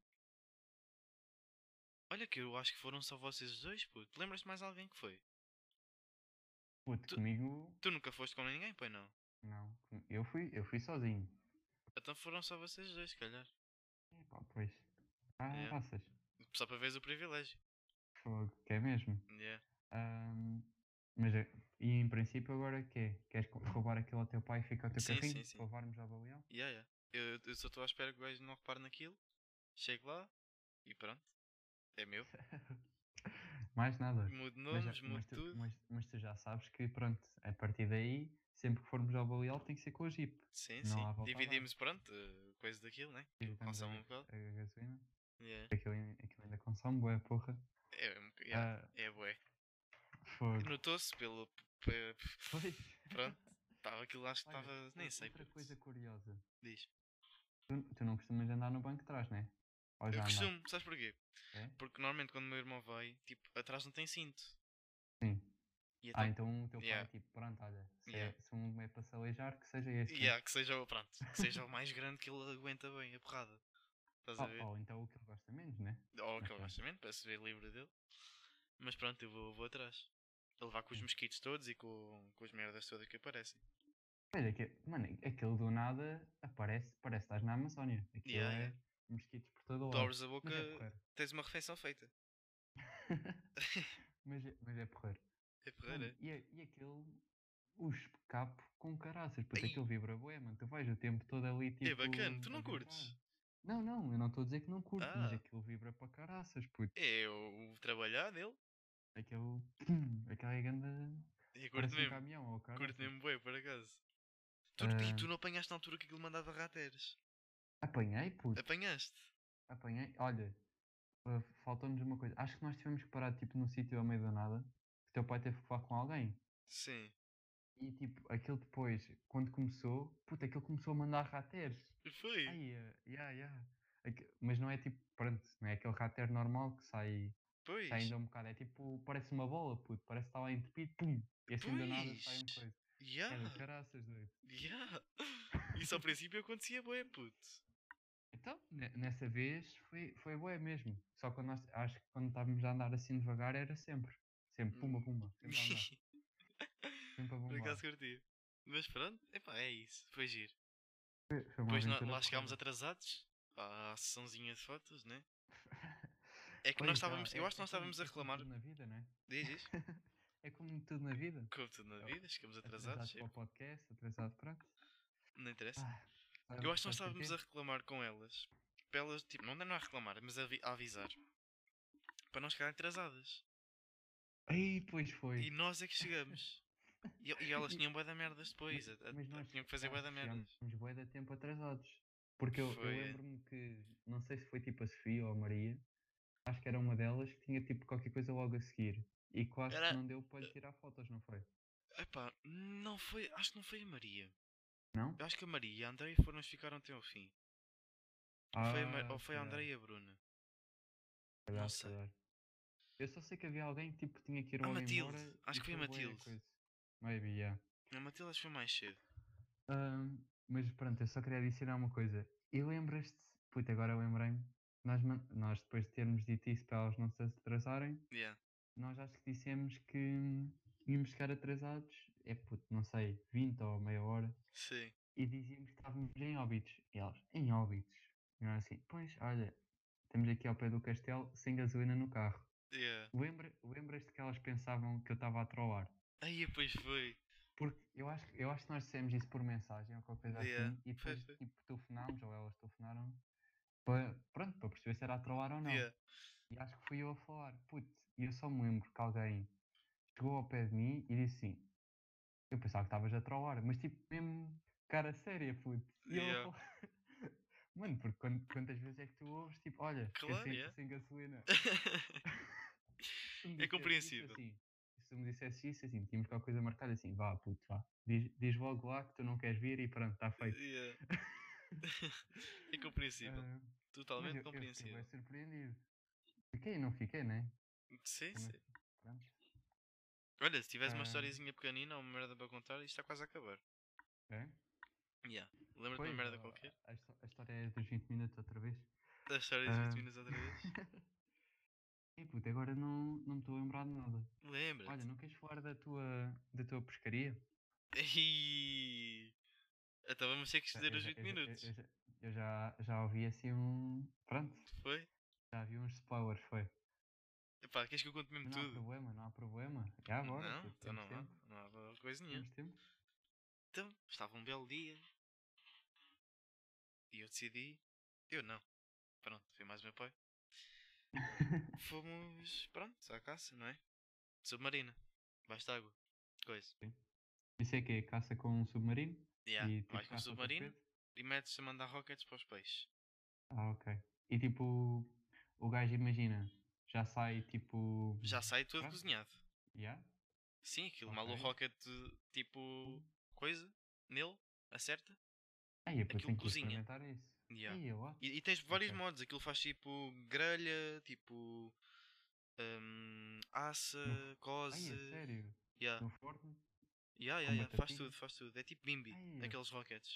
Speaker 2: Olha que eu acho que foram só vocês dois, puto. Lembras-te mais alguém que foi?
Speaker 1: puto,
Speaker 2: Tu,
Speaker 1: comigo,
Speaker 2: tu nunca foste com ninguém, pois não?
Speaker 1: não. Eu fui sozinho.
Speaker 2: Então foram só vocês dois, se calhar.
Speaker 1: Epá, pois. Ah,
Speaker 2: Yeah.
Speaker 1: raças.
Speaker 2: Só para veres o privilégio.
Speaker 1: Fogo, que é mesmo.
Speaker 2: Yeah.
Speaker 1: Ahm, mas, e em princípio agora o quê? Queres roubar aquilo ao teu pai e fica o teu
Speaker 2: Sim,
Speaker 1: carrinho
Speaker 2: sim, sim.
Speaker 1: para levarmos ao Baleão?
Speaker 2: Yeah, yeah. Eu só estou à espera que o gajo não repare naquilo. Chego lá e pronto. É meu.
Speaker 1: Mais nada.
Speaker 2: Mudo
Speaker 1: Mas,
Speaker 2: nomes, mudo tudo.
Speaker 1: mas tu já sabes que, pronto, a partir daí, sempre que formos ao Baleal tem que ser com a Jeep.
Speaker 2: Sim,
Speaker 1: Não
Speaker 2: sim.
Speaker 1: há volta a dar.
Speaker 2: Dividimos, pronto, coisa daquilo, né?
Speaker 1: E
Speaker 2: Aquilo
Speaker 1: estamos
Speaker 2: consome um bocado.
Speaker 1: a gasolina.
Speaker 2: Yeah.
Speaker 1: Aquilo ainda consome, bué, porra.
Speaker 2: Yeah.
Speaker 1: Ah,
Speaker 2: É bué.
Speaker 1: fogo.
Speaker 2: Notou-se pelo.
Speaker 1: Pois.
Speaker 2: Pronto. Aquilo acho que
Speaker 1: Olha,
Speaker 2: estava. Nem sei,
Speaker 1: outra
Speaker 2: puto.
Speaker 1: coisa curiosa.
Speaker 2: Diz.
Speaker 1: Tu não costumas andar no banco de trás, né? Ou
Speaker 2: Eu
Speaker 1: já andaste?
Speaker 2: costumo, sabes porquê?
Speaker 1: É?
Speaker 2: Porque normalmente quando o meu irmão vai, tipo, atrás não tem cinto.
Speaker 1: Sim.
Speaker 2: E então.
Speaker 1: Então o teu pai,
Speaker 2: Yeah.
Speaker 1: tipo, pronto, olha,
Speaker 2: Yeah.
Speaker 1: se um é para se aleijar, que seja esse, né?
Speaker 2: Yeah, que seja, pronto, que seja o mais grande que ele aguenta bem a porrada. Estás a ver?
Speaker 1: Ou então o que ele gosta menos, né?
Speaker 2: Ou
Speaker 1: Mas
Speaker 2: aquele
Speaker 1: pronto.
Speaker 2: bastamento, para se ver livre dele. Mas pronto, eu vou atrás. A levar com os mosquitos todos e com as merdas todas que aparecem.
Speaker 1: Pois é que, mano, aquilo do nada aparece, parece que estás na Amazónia. Aquilo
Speaker 2: Yeah, yeah.
Speaker 1: é mosquitos por todo o lado.
Speaker 2: Dobres a boca,
Speaker 1: Mas é porreiro.
Speaker 2: tens uma refeição feita.
Speaker 1: Mas é porreiro.
Speaker 2: É porreiro,
Speaker 1: Mano,
Speaker 2: é?
Speaker 1: e aquele, os capo com caraças, puto,
Speaker 2: Ai,
Speaker 1: aquele vibra bué, mano. Tu vais o tempo todo ali,
Speaker 2: é
Speaker 1: tipo,
Speaker 2: bacana, tu
Speaker 1: a
Speaker 2: não
Speaker 1: vibrar.
Speaker 2: curtes?
Speaker 1: Não, não, eu não estou a dizer que não curto, mas
Speaker 2: Ah,
Speaker 1: aquilo vibra para caraças, puto.
Speaker 2: é o trabalhar dele.
Speaker 1: Aquele, aquela é grande,
Speaker 2: Eu
Speaker 1: parece um caminhão ou
Speaker 2: curto
Speaker 1: caraças.
Speaker 2: mesmo bué, por acaso. E
Speaker 1: Ah,
Speaker 2: tu não apanhaste na altura que aquilo mandava rateres?
Speaker 1: apanhei, puto,
Speaker 2: Apanhaste?
Speaker 1: apanhei. Olha, faltou-nos uma coisa. Acho que nós tivemos que parar, tipo, num sítio ao meio do nada, que teu pai teve que falar com alguém.
Speaker 2: Sim.
Speaker 1: E, tipo, aquilo depois, quando começou, puto, aquilo começou a mandar rateres.
Speaker 2: Foi?
Speaker 1: Ai, yeah, yeah. Mas não é tipo, pronto, não é aquele rater normal que sai
Speaker 2: Pois.
Speaker 1: ainda um bocado. É tipo, parece uma bola, puto, parece que está lá entupido, pum, e assim do nada sai
Speaker 2: Pois.
Speaker 1: uma coisa. É do
Speaker 2: Yeah.
Speaker 1: caraças, doido.
Speaker 2: Yeah. Isso ao princípio acontecia bué, puto.
Speaker 1: Então, nessa vez foi bué mesmo. Só que acho que quando estávamos a andar assim devagar era sempre. Sempre, pumba,
Speaker 2: Hum.
Speaker 1: pumba, sempre a andar. Sempre a
Speaker 2: Por
Speaker 1: bombar.
Speaker 2: acaso curti. Mas pronto, epá, é isso. Foi giro.
Speaker 1: Foi uma
Speaker 2: Depois
Speaker 1: aventura
Speaker 2: lá chegámos
Speaker 1: porreira.
Speaker 2: atrasados à sessãozinha de fotos, né? É que nós
Speaker 1: Pois já,
Speaker 2: estávamos. Eu acho que nós estávamos a
Speaker 1: é como
Speaker 2: reclamar.
Speaker 1: tudo na vida, não é?
Speaker 2: Diz.
Speaker 1: É como tudo na vida.
Speaker 2: Como tudo na
Speaker 1: Eu-
Speaker 2: vida, chegamos atrasados
Speaker 1: Atrasados para o
Speaker 2: sempre.
Speaker 1: podcast, atrasado, pronto.
Speaker 2: Não interessa.
Speaker 1: Ah,
Speaker 2: Eu acho que nós
Speaker 1: sabes
Speaker 2: estávamos
Speaker 1: porquê?
Speaker 2: a reclamar com elas. Para elas, tipo, não deram a reclamar, mas a avisar. Para não chegarem atrasadas.
Speaker 1: Aí, pois foi.
Speaker 2: E nós é que chegamos. E elas
Speaker 1: E-
Speaker 2: tinham bué de merdas
Speaker 1: mas,
Speaker 2: depois.
Speaker 1: mas nós
Speaker 2: Tinham que fazer
Speaker 1: já
Speaker 2: bué de merdas.
Speaker 1: chegámos bué de tempo atrasados. Porque eu
Speaker 2: Foi, é.
Speaker 1: lembro-me que, não sei se foi tipo a Sofia ou a Maria, acho que era uma delas que tinha tipo qualquer coisa logo a seguir. E quase que
Speaker 2: Era.
Speaker 1: não deu para lhe tirar fotos, não foi?
Speaker 2: Epá, não foi. Acho que não foi a Maria.
Speaker 1: Não?
Speaker 2: Eu acho que a Maria e a Andrei foram os que ficaram até ao fim. Ou
Speaker 1: Ah, se
Speaker 2: foi a
Speaker 1: calhar,
Speaker 2: Andrei e a Bruna.
Speaker 1: se
Speaker 2: Não
Speaker 1: calhar, se
Speaker 2: sei.
Speaker 1: calhar. Eu só sei que havia alguém que tipo tinha que ir
Speaker 2: A
Speaker 1: logo
Speaker 2: Matilde.
Speaker 1: embora
Speaker 2: Acho
Speaker 1: e
Speaker 2: que foi a
Speaker 1: foi bué
Speaker 2: Matilde.
Speaker 1: coisa. Maybe, yeah.
Speaker 2: A Matilde acho que foi mais cedo.
Speaker 1: Mas pronto, eu só queria adicionar uma coisa. E lembras-te, puta, agora lembrei-me, nós depois de termos dito isso para elas não se atrasarem,
Speaker 2: Yeah.
Speaker 1: nós acho que dissemos que íamos chegar atrasados, é puto, não sei, 20 ou meia hora,
Speaker 2: Sim.
Speaker 1: e dizíamos que estávamos em Óbidos. E elas, em Óbidos? E nós assim, pois, olha, estamos aqui ao pé do castelo, sem gasolina no carro.
Speaker 2: Yeah.
Speaker 1: Lembras-te que elas pensavam que eu estava a trollar?
Speaker 2: Aí depois foi.
Speaker 1: Porque eu acho que nós dissemos isso por mensagem ou qualquer coisa
Speaker 2: Yeah.
Speaker 1: assim, e
Speaker 2: Foi,
Speaker 1: depois
Speaker 2: foi.
Speaker 1: tipo telefonámos, ou elas telefonaram, para, pronto, para perceber se era a trollar ou não.
Speaker 2: Yeah.
Speaker 1: E acho que fui eu a falar, putz, e eu só me lembro que alguém chegou ao pé de mim e disse assim, eu pensava que estavas a trollar, mas tipo mesmo cara séria, putz, e eu a
Speaker 2: Yeah.
Speaker 1: falar, mano, porque quantas vezes é que tu ouves, tipo, olha, fiquei
Speaker 2: Claro,
Speaker 1: sem,
Speaker 2: yeah.
Speaker 1: sem gasolina. Se tu me
Speaker 2: É
Speaker 1: dissesse isso
Speaker 2: compreensível.
Speaker 1: assim, se tu me dissesse isso assim, tínhamos qualquer coisa marcada assim, vá, puto, vá, diz logo lá que tu não queres vir e pronto, está feito.
Speaker 2: Yeah. É compreensível.
Speaker 1: Ah, mas
Speaker 2: Totalmente
Speaker 1: eu fiquei bem
Speaker 2: compreensível.
Speaker 1: surpreendido. Fiquei, não fiquei, né?
Speaker 2: Sim,
Speaker 1: Também,
Speaker 2: sim.
Speaker 1: pronto.
Speaker 2: Olha, se tivesse uma
Speaker 1: Ah,
Speaker 2: historiazinha pequenina ou uma merda para contar, isto está quase a acabar.
Speaker 1: é?
Speaker 2: Yeah. Lembra-te de uma
Speaker 1: Pois,
Speaker 2: merda qualquer?
Speaker 1: a história é dos 20 minutos outra vez.
Speaker 2: Das histórias
Speaker 1: Ah,
Speaker 2: vitaminas outra vez?
Speaker 1: e puto, agora não me estou a lembrar de nada. Olha,
Speaker 2: Lembra-te.
Speaker 1: não queres falar da tua pescaria?
Speaker 2: Ei. Então vamos ter que
Speaker 1: Já-
Speaker 2: estender
Speaker 1: Eu
Speaker 2: os
Speaker 1: já,
Speaker 2: 20
Speaker 1: eu já, eu
Speaker 2: minutos.
Speaker 1: já, eu já ouvi assim um. Pronto,
Speaker 2: Foi?
Speaker 1: já vi uns spoilers, foi.
Speaker 2: Epá, queres que eu conte mesmo
Speaker 1: Mas não há
Speaker 2: tudo?
Speaker 1: problema, não há problema. Já agora,
Speaker 2: Não,
Speaker 1: puto,
Speaker 2: então
Speaker 1: temos
Speaker 2: não há.
Speaker 1: tempo.
Speaker 2: Não há coisa nenhuma.
Speaker 1: Temos tempo.
Speaker 2: Então, estava um belo dia e eu decidi. Eu não. Pronto, foi mais o meu pai. Fomos, pronto, à caça, não é? Submarina. Baixo de água. Coisa.
Speaker 1: Sim. Isso é que é caça com um submarino
Speaker 2: Yeah.
Speaker 1: e tipo
Speaker 2: Vais com o
Speaker 1: caça ao
Speaker 2: submarino
Speaker 1: tapete.
Speaker 2: e metes a mandar rockets para os peixes.
Speaker 1: Ah, ok. E tipo, o gajo imagina, já sai tipo.
Speaker 2: Já sai todo
Speaker 1: Pronto,
Speaker 2: cozinhado.
Speaker 1: já?
Speaker 2: Sim, aquilo
Speaker 1: Ok.
Speaker 2: mal o rocket tipo. coisa. Nele. Acerta.
Speaker 1: Aí, pô,
Speaker 2: Aquilo
Speaker 1: tenho que
Speaker 2: cozinha.
Speaker 1: experimentar isso.
Speaker 2: Yeah.
Speaker 1: Aí, what?
Speaker 2: E tens vários
Speaker 1: Ok.
Speaker 2: modos. Aquilo faz tipo grelha, tipo. Assa,
Speaker 1: No... Aí, é
Speaker 2: cose.
Speaker 1: sério?
Speaker 2: Yeah.
Speaker 1: No forno?
Speaker 2: Yeah, yeah,
Speaker 1: Com
Speaker 2: yeah. Faz
Speaker 1: batatinha?
Speaker 2: tudo, faz tudo. É tipo Bimbi,
Speaker 1: Aí,
Speaker 2: aqueles rockets.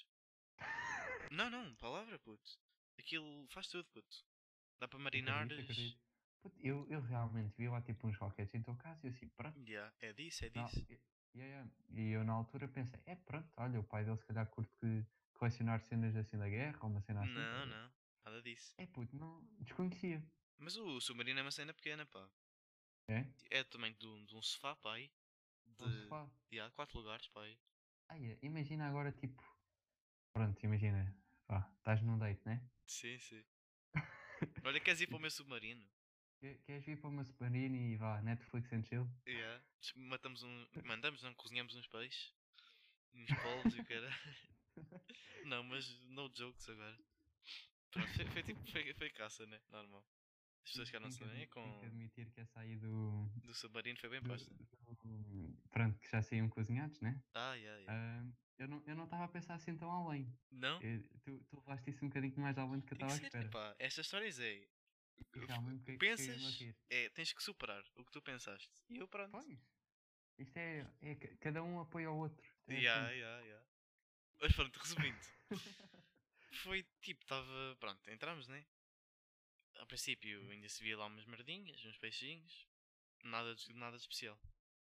Speaker 2: Não, não, palavra, puto. Aquilo faz tudo, puto. Dá para
Speaker 1: acredito,
Speaker 2: marinares.
Speaker 1: acredito. Puto, eu realmente vi lá tipo uns rockets em tua casa e eu assim, pronto.
Speaker 2: Yeah, é disso, é
Speaker 1: Não,
Speaker 2: disso.
Speaker 1: e eu na altura pensei, é pronto, olha, o pai dele se calhar curte colecionar cenas assim da guerra ou uma cena assim, estás
Speaker 2: Não,
Speaker 1: a ver?
Speaker 2: não, nada disso.
Speaker 1: É puto, não, desconhecia.
Speaker 2: Mas o submarino é uma cena pequena, pá.
Speaker 1: É?
Speaker 2: É do tamanho de um sofá, pá, aí.
Speaker 1: Um
Speaker 2: De.
Speaker 1: sofá.
Speaker 2: Yeah, 4 lugares, pá, aí.
Speaker 1: Ai, imagina agora tipo, pronto, imagina, vá, estás num date, né?
Speaker 2: Sim, sim. Olha, queres ir
Speaker 1: E
Speaker 2: para o meu submarino?
Speaker 1: queres vir para uma submarino e vá, Netflix and chill?
Speaker 2: Yeah. Matamos um. Mandamos, não? Cozinhamos uns peixes, uns polvos e o cara. Não, mas no jokes agora. Pronto, foi tipo. Foi caça, né? Normal. As pessoas que não sabem é
Speaker 1: Tenho que
Speaker 2: com.
Speaker 1: admitir que essa aí do,
Speaker 2: Do submarino foi bem posta.
Speaker 1: pronto, que já saíam cozinhados, né?
Speaker 2: Ah, yeah, yeah.
Speaker 1: Ah, eu não estava a pensar assim tão além.
Speaker 2: Não?
Speaker 1: Tu levaste isso um bocadinho mais além do que eu
Speaker 2: Tem que
Speaker 1: estava à
Speaker 2: ser,
Speaker 1: espera.
Speaker 2: epá. Estas histórias é.
Speaker 1: E realmente caguei-me a
Speaker 2: Pensas,
Speaker 1: rir.
Speaker 2: tens que superar o que tu pensaste. E eu pronto.
Speaker 1: Pois, isto cada um apoia o outro. É
Speaker 2: Ya,
Speaker 1: assim.
Speaker 2: ya, ya. Mas pronto, resumindo. Foi tipo, estava. Pronto, entramos, né? A princípio ainda se via lá umas merdinhas, uns peixinhos. Nada de especial.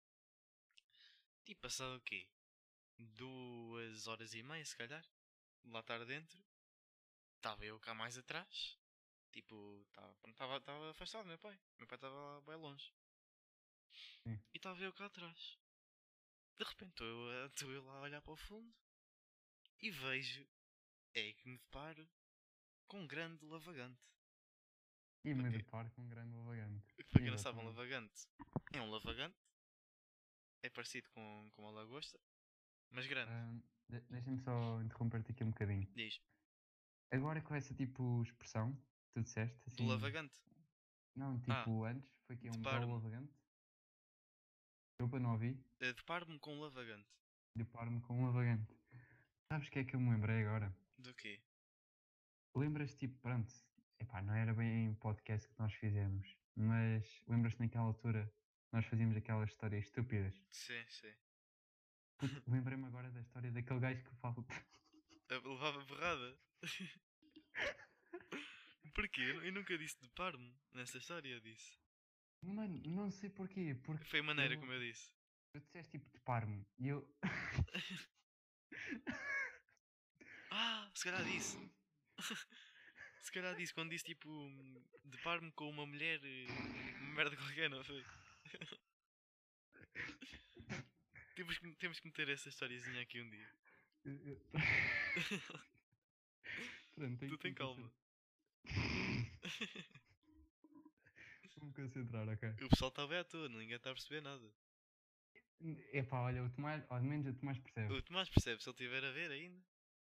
Speaker 2: Tipo, passado o quê? 2 horas e meia, se calhar. Lá estar dentro. Estava eu cá mais atrás. Tipo, estava afastado do meu pai. Meu pai estava bem longe.
Speaker 1: Sim.
Speaker 2: E estava eu cá atrás. De repente estou eu lá a olhar para o fundo. E vejo. É que me deparo com um grande lavagante.
Speaker 1: E
Speaker 2: Para
Speaker 1: me
Speaker 2: quê?
Speaker 1: deparo com um grande lavagante.
Speaker 2: Para quem não sabe, um
Speaker 1: Exatamente.
Speaker 2: lavagante é um lavagante. É parecido com uma lagosta, mas grande.
Speaker 1: Ah, deixa-me só interromper-te aqui um bocadinho.
Speaker 2: Diz.
Speaker 1: Agora com essa tipo expressão, que tu disseste,
Speaker 2: Do
Speaker 1: assim,
Speaker 2: lavagante.
Speaker 1: não,
Speaker 2: Ah,
Speaker 1: tipo antes, foi que é um belo
Speaker 2: deparo-me.
Speaker 1: lavagante. Desculpa, não ouvi.
Speaker 2: Deparo-me com um lavagante.
Speaker 1: Deparo-me com um lavagante. Sabes o que é que eu me lembrei agora?
Speaker 2: Do quê?
Speaker 1: Lembras-te, tipo, pronto, epá, não era bem o podcast que nós fizemos, mas lembras-te naquela altura nós fazíamos aquelas histórias estúpidas?
Speaker 2: Sim, sim.
Speaker 1: Puto, lembrei-me agora da história daquele gajo que fala.
Speaker 2: Levava borrada. Porquê? Eu nunca disse deparo-me nessa história, eu disse.
Speaker 1: Mano, não sei porquê, porque
Speaker 2: Foi a maneira
Speaker 1: eu,
Speaker 2: como eu disse.
Speaker 1: tu disseste tipo deparo-me e eu.
Speaker 2: Se calhar disse. Se calhar disse quando disse tipo deparo-me com uma mulher, uma merda qualquer, não foi? Temos que meter essa historiazinha aqui um dia.
Speaker 1: Pronto,
Speaker 2: Tu tem
Speaker 1: tenho que
Speaker 2: calma.
Speaker 1: ser. Vou-me concentrar, ok?
Speaker 2: O pessoal está bem à toa, ninguém está a perceber nada.
Speaker 1: Epá, olha, o Tomás, ao menos o Tomás percebe.
Speaker 2: O Tomás percebe se ele estiver a ver ainda.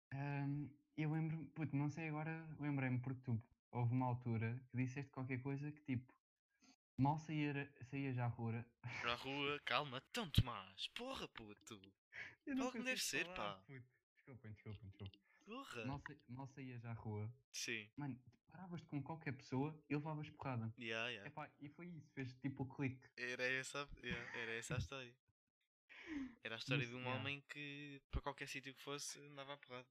Speaker 1: Eu lembro, puto, não sei agora, lembrei-me porque tu houve uma altura que disseste qualquer coisa que tipo, mal saías à rua.
Speaker 2: Para a rua, calma. Então, Tomás, porra, puto.
Speaker 1: Eu não
Speaker 2: Fala como deve
Speaker 1: consigo
Speaker 2: ser,
Speaker 1: falar,
Speaker 2: pá.
Speaker 1: puto. Desculpem.
Speaker 2: Porra.
Speaker 1: Mal saías à rua,
Speaker 2: Sim.
Speaker 1: mano, paravas com qualquer pessoa e levavas porrada.
Speaker 2: Yeah, yeah.
Speaker 1: Epá, e foi isso, fez tipo o clique.
Speaker 2: Era essa a história. Era a
Speaker 1: Não
Speaker 2: história de
Speaker 1: sei,
Speaker 2: um
Speaker 1: yeah.
Speaker 2: homem que, para qualquer sítio que fosse, andava a porrada.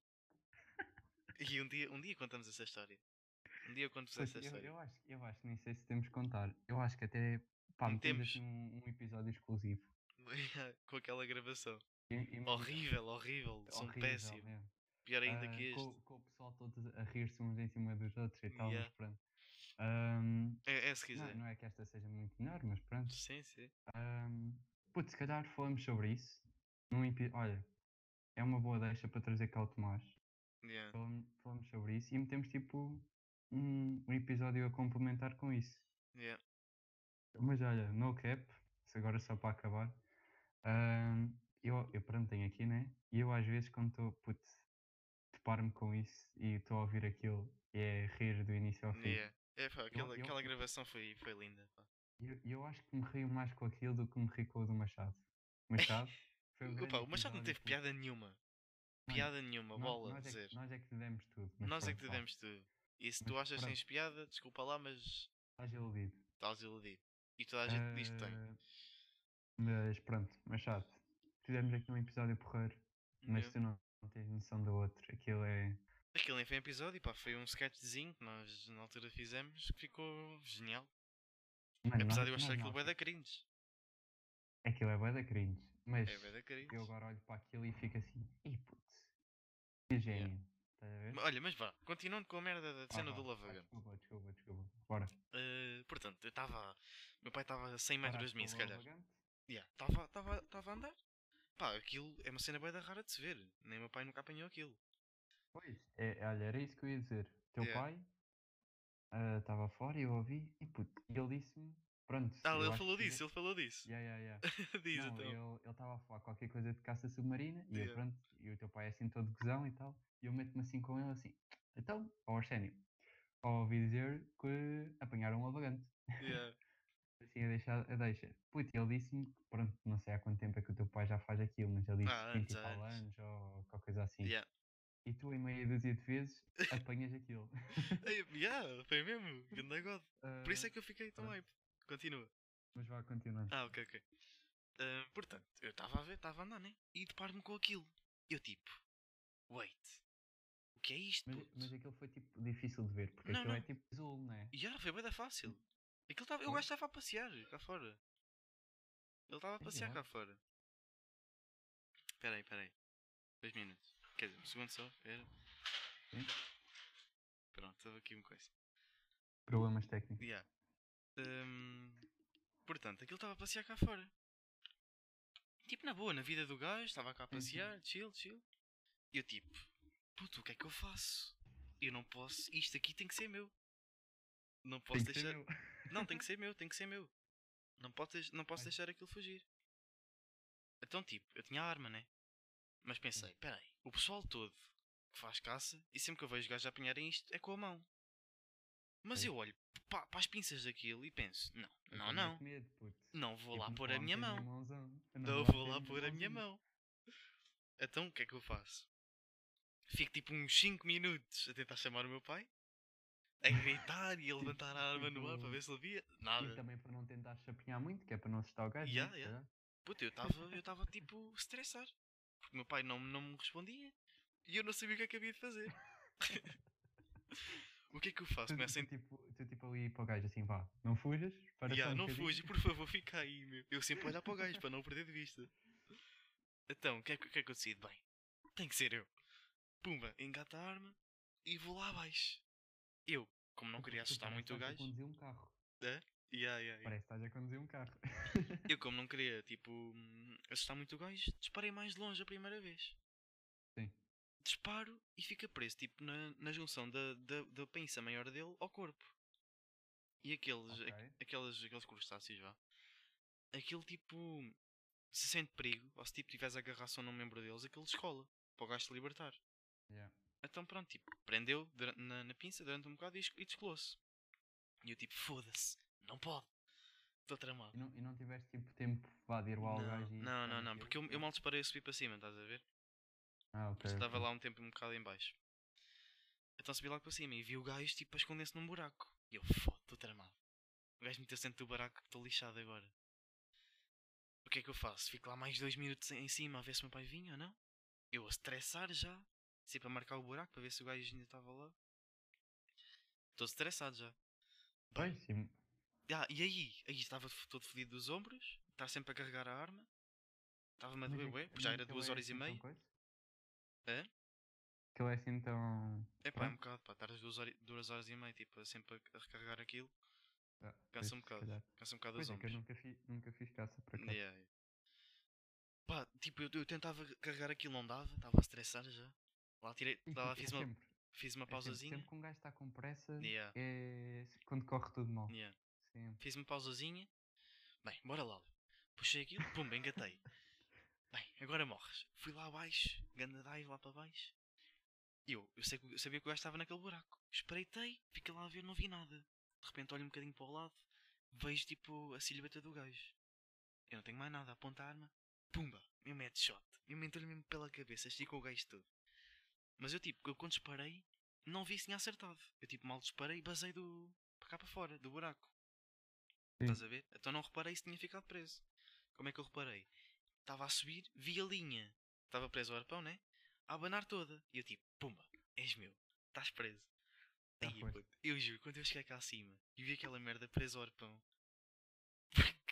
Speaker 2: E um dia contamos essa história. Um dia eu conto-vos
Speaker 1: Puto,
Speaker 2: essa história.
Speaker 1: eu acho que nem sei se temos que contar. Eu acho que até, pá, metemos assim
Speaker 2: Temos.
Speaker 1: um episódio exclusivo.
Speaker 2: Com aquela gravação.
Speaker 1: E mesmo
Speaker 2: Horrível, horrível. Som
Speaker 1: horrível
Speaker 2: péssimo.
Speaker 1: mesmo.
Speaker 2: Pior ainda que este.
Speaker 1: Com o pessoal todos a rir-se uns em cima dos outros e tal,
Speaker 2: Yeah.
Speaker 1: mas pronto. Ahm,
Speaker 2: É se
Speaker 1: não,
Speaker 2: quiser.
Speaker 1: não é que esta seja muito melhor, mas pronto.
Speaker 2: Sim, sim.
Speaker 1: Ahm, Putz, se calhar falamos sobre isso. Olha, é uma boa deixa para trazer cá o Tomás.
Speaker 2: Yeah.
Speaker 1: Falamos sobre isso e metemos tipo um episódio a complementar com isso.
Speaker 2: Yeah.
Speaker 1: Mas olha, no cap, se agora só para acabar. ahm, eu pronto, tenho aqui, né? E eu às vezes quando estou, putz, deparo-me com isso e estou a ouvir aquilo e é rir do início ao fim.
Speaker 2: Yeah. Pá,
Speaker 1: Eu,
Speaker 2: aquela,
Speaker 1: eu,
Speaker 2: aquela gravação foi linda. Pá.
Speaker 1: eu acho que me rio mais com aquilo do que me rio com o do Machado. Machado foi um
Speaker 2: Opa,
Speaker 1: grande
Speaker 2: o Machado não
Speaker 1: episódio.
Speaker 2: teve piada nenhuma.
Speaker 1: Mano,
Speaker 2: Piada nenhuma, bola, zero.
Speaker 1: nós é que lhe demos tudo, mas
Speaker 2: Nós é que
Speaker 1: pronto,
Speaker 2: te
Speaker 1: vá.
Speaker 2: demos tudo. E se
Speaker 1: Mas
Speaker 2: tu achas que
Speaker 1: pronto,
Speaker 2: tens piada, desculpa lá, mas
Speaker 1: estás iludido.
Speaker 2: estás iludido. E toda a gente diz que tem.
Speaker 1: Ah, mas pronto, Machado, fizemos aqui um episódio porreiro, mas
Speaker 2: Yeah.
Speaker 1: tu não tens noção do outro. Aquilo é.
Speaker 2: Aquilo nem foi um episódio, pá, foi um sketchzinho que nós na altura fizemos que ficou genial.
Speaker 1: Mano,
Speaker 2: Apesar de eu achar
Speaker 1: nós
Speaker 2: aquilo
Speaker 1: não
Speaker 2: bué da
Speaker 1: achamos.
Speaker 2: cringe.
Speaker 1: Aquilo é bué da cringe. Mas
Speaker 2: É bué da
Speaker 1: eu
Speaker 2: cringe.
Speaker 1: agora olho para aquilo e fico assim. Ih, putz, que
Speaker 2: Yeah.
Speaker 1: gênio. Estás a ver?
Speaker 2: Olha, mas vá, continuando com a merda da
Speaker 1: Vá,
Speaker 2: cena
Speaker 1: vá,
Speaker 2: do
Speaker 1: vá,
Speaker 2: Lavagante.
Speaker 1: desculpa. Bora.
Speaker 2: Portanto, eu estava. Meu pai estava a 100 metros
Speaker 1: Paraste
Speaker 2: de mim,
Speaker 1: pelo
Speaker 2: se calhar.
Speaker 1: Lavagante?
Speaker 2: Estava a andar. Pá, aquilo é uma cena bué da rara de se ver. Nem meu pai nunca apanhou aquilo.
Speaker 1: Pois, olha, era isso que eu ia dizer. Teu
Speaker 2: Yeah.
Speaker 1: pai estava fora e eu ouvi e puto, e ele disse-me, pronto,
Speaker 2: Ah,
Speaker 1: eu
Speaker 2: ele
Speaker 1: acho
Speaker 2: falou
Speaker 1: que
Speaker 2: disso, ele falou disso.
Speaker 1: yeah.
Speaker 2: Diz
Speaker 1: Não,
Speaker 2: então.
Speaker 1: ele estava a falar qualquer coisa de caça submarina e eu
Speaker 2: Yeah.
Speaker 1: pronto, e o teu pai é assim todo gozão e tal, e eu meto-me assim com ele assim, então, ó Arsénio, ouvi dizer que apanharam um lavagante.
Speaker 2: Yeah.
Speaker 1: Assim a deixa. Puto, ele disse-me, pronto, não sei há quanto tempo é que o teu pai já faz aquilo, mas ele disse
Speaker 2: Há
Speaker 1: 20
Speaker 2: anos,
Speaker 1: e
Speaker 2: há
Speaker 1: tal
Speaker 2: anos.
Speaker 1: anos ou qualquer coisa assim.
Speaker 2: Yeah.
Speaker 1: E tu em meia dúzia de vezes apanhas aquilo.
Speaker 2: Yeah, foi mesmo. Ganda God. Por isso
Speaker 1: Ah,
Speaker 2: é que eu fiquei tão
Speaker 1: pronto,
Speaker 2: hype. Continua.
Speaker 1: mas vá continuando.
Speaker 2: Ah, ok, ok. Portanto, eu estava a ver, estava a andar, né? E deparo-me com aquilo. Eu tipo, wait, o que é isto,
Speaker 1: Mas
Speaker 2: puto?
Speaker 1: aquilo foi tipo difícil de ver, porque
Speaker 2: Não,
Speaker 1: aquilo é
Speaker 2: não.
Speaker 1: tipo azul, não é?
Speaker 2: E já, foi bem da fácil. O
Speaker 1: Foi?
Speaker 2: gajo estava a passear cá fora. Ele estava a
Speaker 1: Ei,
Speaker 2: passear
Speaker 1: what?
Speaker 2: cá fora. Espera aí. 2 minutos. Quer dizer, um segundo só. Espera.
Speaker 1: Sim?
Speaker 2: Pronto, estava aqui uma coisa.
Speaker 1: Problemas técnicos.
Speaker 2: Yeah. Hum, portanto, aquilo estava a passear cá fora. Tipo, na boa, na vida do gajo, estava cá a
Speaker 1: Sim.
Speaker 2: passear, chill. E eu tipo, puto, o que é que eu faço? Eu não posso, isto aqui tem que ser meu. Não
Speaker 1: Tem
Speaker 2: posso
Speaker 1: que ser
Speaker 2: deixar.
Speaker 1: meu.
Speaker 2: Não, tem que ser meu. Não posso
Speaker 1: Ai,
Speaker 2: deixar aquilo fugir. Então, tipo, eu tinha a arma, né? Mas
Speaker 1: sim.
Speaker 2: pensei, peraí, o pessoal todo que faz caça e sempre que eu vejo gajos a apanharem isto é com a mão. Mas
Speaker 1: Pois.
Speaker 2: eu olho para as pinças daquilo e penso,
Speaker 1: Eu
Speaker 2: não,
Speaker 1: também
Speaker 2: não,
Speaker 1: com medo, puto.
Speaker 2: não vou lá
Speaker 1: Tipo,
Speaker 2: pôr
Speaker 1: vou
Speaker 2: a
Speaker 1: lá
Speaker 2: minha
Speaker 1: meter a minha
Speaker 2: mão.
Speaker 1: mãozão. Eu não
Speaker 2: Não
Speaker 1: vou lá
Speaker 2: vou
Speaker 1: meter a
Speaker 2: lá
Speaker 1: minha
Speaker 2: pôr a minha
Speaker 1: mãozinha.
Speaker 2: mão. Então o que é que eu faço? Fico tipo uns 5 minutos a tentar chamar o meu pai, a gritar e a
Speaker 1: Tipo,
Speaker 2: levantar a arma no ar para
Speaker 1: tipo,
Speaker 2: ver se ele via.
Speaker 1: e
Speaker 2: Nada.
Speaker 1: também para não tentar chapinhar muito, que é para não assustar o gajo, né? Se
Speaker 2: Yeah.
Speaker 1: calhar.
Speaker 2: Puta, eu estava tipo a estressar. Porque o meu pai não me respondia. E eu não sabia o que é que havia de fazer. O que é que eu faço? Começo a.
Speaker 1: Tu tipo ali para o gajo assim, vá, não fujas, para só um
Speaker 2: Não
Speaker 1: bocadinho.
Speaker 2: fuja, por favor, fica aí, meu. Eu sempre a olhar para o gajo para não o perder de vista. Então, o que é que eu decido? Bem, tem que ser eu. Pumba, engata a arma e vou lá abaixo. Eu, como não queria
Speaker 1: Tu
Speaker 2: assustar
Speaker 1: parece que
Speaker 2: muito o
Speaker 1: estás a
Speaker 2: gajo.
Speaker 1: conduzir um carro.
Speaker 2: É? Yeah.
Speaker 1: Parece que estás a conduzir um carro.
Speaker 2: Eu, como não queria, tipo, assustar muito o gajo, disparei mais de longe a primeira vez.
Speaker 1: Sim.
Speaker 2: Disparo e fica preso, tipo, na junção da pinça maior dele ao corpo. E
Speaker 1: Ok.
Speaker 2: aqueles crustáceos, vá. Aquilo, tipo, se sente perigo, ou se, tipo, tiveres agarração num membro deles, aquilo descola, para o gajo se libertar.
Speaker 1: Yeah.
Speaker 2: Então, pronto, tipo, prendeu na pinça durante um bocado e descolou-se. E eu, tipo, foda-se, não pode. Estou tramado.
Speaker 1: E não tiveste tipo tempo vá de ir lá ao gajo e pegar
Speaker 2: Não,
Speaker 1: naquilo?
Speaker 2: porque eu
Speaker 1: Não?
Speaker 2: mal disparei a subir para cima, estás a ver?
Speaker 1: Ah, ok,
Speaker 2: Já estava
Speaker 1: ok.
Speaker 2: lá um tempo um bocado em baixo. Então subi logo para cima e vi o gajo tipo a esconder-se num buraco. E eu, foda, estou tramado. O gajo meteu-se dentro do buraco, estou lixado agora. O que é que eu faço? Fico lá mais 2 minutos em cima a ver se o meu pai vinha ou não? Eu a estressar já. Assim para marcar o buraco, para ver se o gajo ainda estava lá. Estou estressado já. Bem,
Speaker 1: Pois, sim.
Speaker 2: e aí estava todo fodido dos ombros. Estar sempre a carregar a arma. Estava-me a doer, ué, porque já
Speaker 1: Mas
Speaker 2: era
Speaker 1: aquilo
Speaker 2: duas
Speaker 1: é
Speaker 2: horas e
Speaker 1: assim tão
Speaker 2: meia.
Speaker 1: coisa?
Speaker 2: É?
Speaker 1: Aquilo é assim tão.
Speaker 2: É pá, é um
Speaker 1: Pronto.
Speaker 2: bocado, pá. Estar as 2 horas e meia, tipo, sempre a recarregar aquilo.
Speaker 1: Ah, pois,
Speaker 2: Cansa um
Speaker 1: se
Speaker 2: bocado.
Speaker 1: calhar.
Speaker 2: Cansa um bocado os
Speaker 1: Pois é que eu
Speaker 2: ombros.
Speaker 1: nunca fiz caça por acaso.
Speaker 2: Yeah. Pá, tipo, eu tentava carregar aquilo, não dava, estava a estressar já.
Speaker 1: E
Speaker 2: Lá
Speaker 1: puto,
Speaker 2: fiz uma
Speaker 1: é sempre.
Speaker 2: pausazinha.
Speaker 1: Sempre que um gajo está com pressa
Speaker 2: Yeah,
Speaker 1: é quando corre tudo mal.
Speaker 2: yeah.
Speaker 1: Sempre.
Speaker 2: Fiz uma pausazinha. Bem, bora lá. Puxei aquilo, pum, engatei. Bem, agora morres. Fui lá abaixo, ganda dive lá para baixo. Eu sabia que o gajo estava naquele buraco. Espreitei, fiquei lá a ver, não vi nada. De repente olho um bocadinho para o lado, vejo tipo a silhueta do gajo. Eu não tenho mais nada, aponta a arma. Pumba, mesmo headshot. Eu entrou-lhe mesmo pela cabeça, esticou o gajo todo. Mas eu quando disparei, não vi se tinha acertado. Eu tipo mal disparei e basei para cá para fora, do buraco.
Speaker 1: Sim.
Speaker 2: Estás a ver? Então não reparei se tinha ficado preso. Como é que eu reparei? Estava a subir, vi a linha. Estava preso ao arpão, né? A abanar toda. E eu tipo, pumba, és meu, estás preso.
Speaker 1: Já
Speaker 2: Aí,
Speaker 1: foste.
Speaker 2: puto, eu juro, quando eu cheguei cá acima e vi aquela merda presa ao arpão,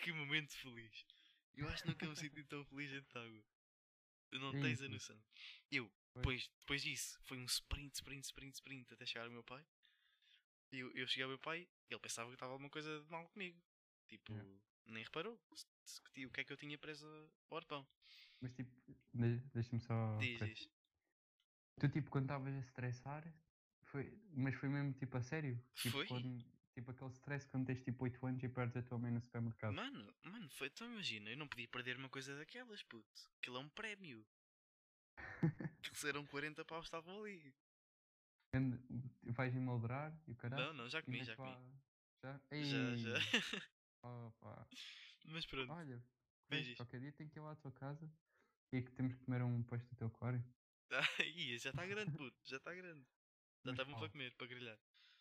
Speaker 2: que momento feliz. Eu acho que nunca me senti tão feliz dentro de água. Tu não
Speaker 1: Ei,
Speaker 2: tens a
Speaker 1: puto,
Speaker 2: noção. Eu,
Speaker 1: pois,
Speaker 2: depois disso, foi um sprint até chegar ao meu pai. E eu cheguei ao meu pai e ele pensava que estava alguma coisa de mal comigo. Tipo,
Speaker 1: yeah.
Speaker 2: nem reparou o que é que eu tinha preso ao arpão.
Speaker 1: Mas tipo, deixa-me só.
Speaker 2: Diz, diz.
Speaker 1: Tu tipo, quando estavas a estressar, mas foi mesmo tipo a sério? Tipo,
Speaker 2: Foi?
Speaker 1: tipo aquele stress quando tens tipo 8 anos e perdes a tua mãe no supermercado.
Speaker 2: Mano, foi. Então imagina, eu não podia perder uma coisa daquelas, puto. Aquilo é um prémio. Aquilo eram 40 paus, estavam ali.
Speaker 1: Quando vais emoldurar e o
Speaker 2: Não,
Speaker 1: caraças
Speaker 2: não, já
Speaker 1: e
Speaker 2: comi, já
Speaker 1: metes
Speaker 2: comi.
Speaker 1: lá. Já?
Speaker 2: Já, já.
Speaker 1: Ei! Opa!
Speaker 2: Mas pronto,
Speaker 1: Olha,
Speaker 2: diz
Speaker 1: vês,
Speaker 2: isto.
Speaker 1: qualquer dia tenho que ir lá à tua casa e que temos que comer um peixe do teu aquário.
Speaker 2: Ia, já está grande, puto, já está grande. Já
Speaker 1: Mas
Speaker 2: está bom para
Speaker 1: qual?
Speaker 2: comer, para grelhar.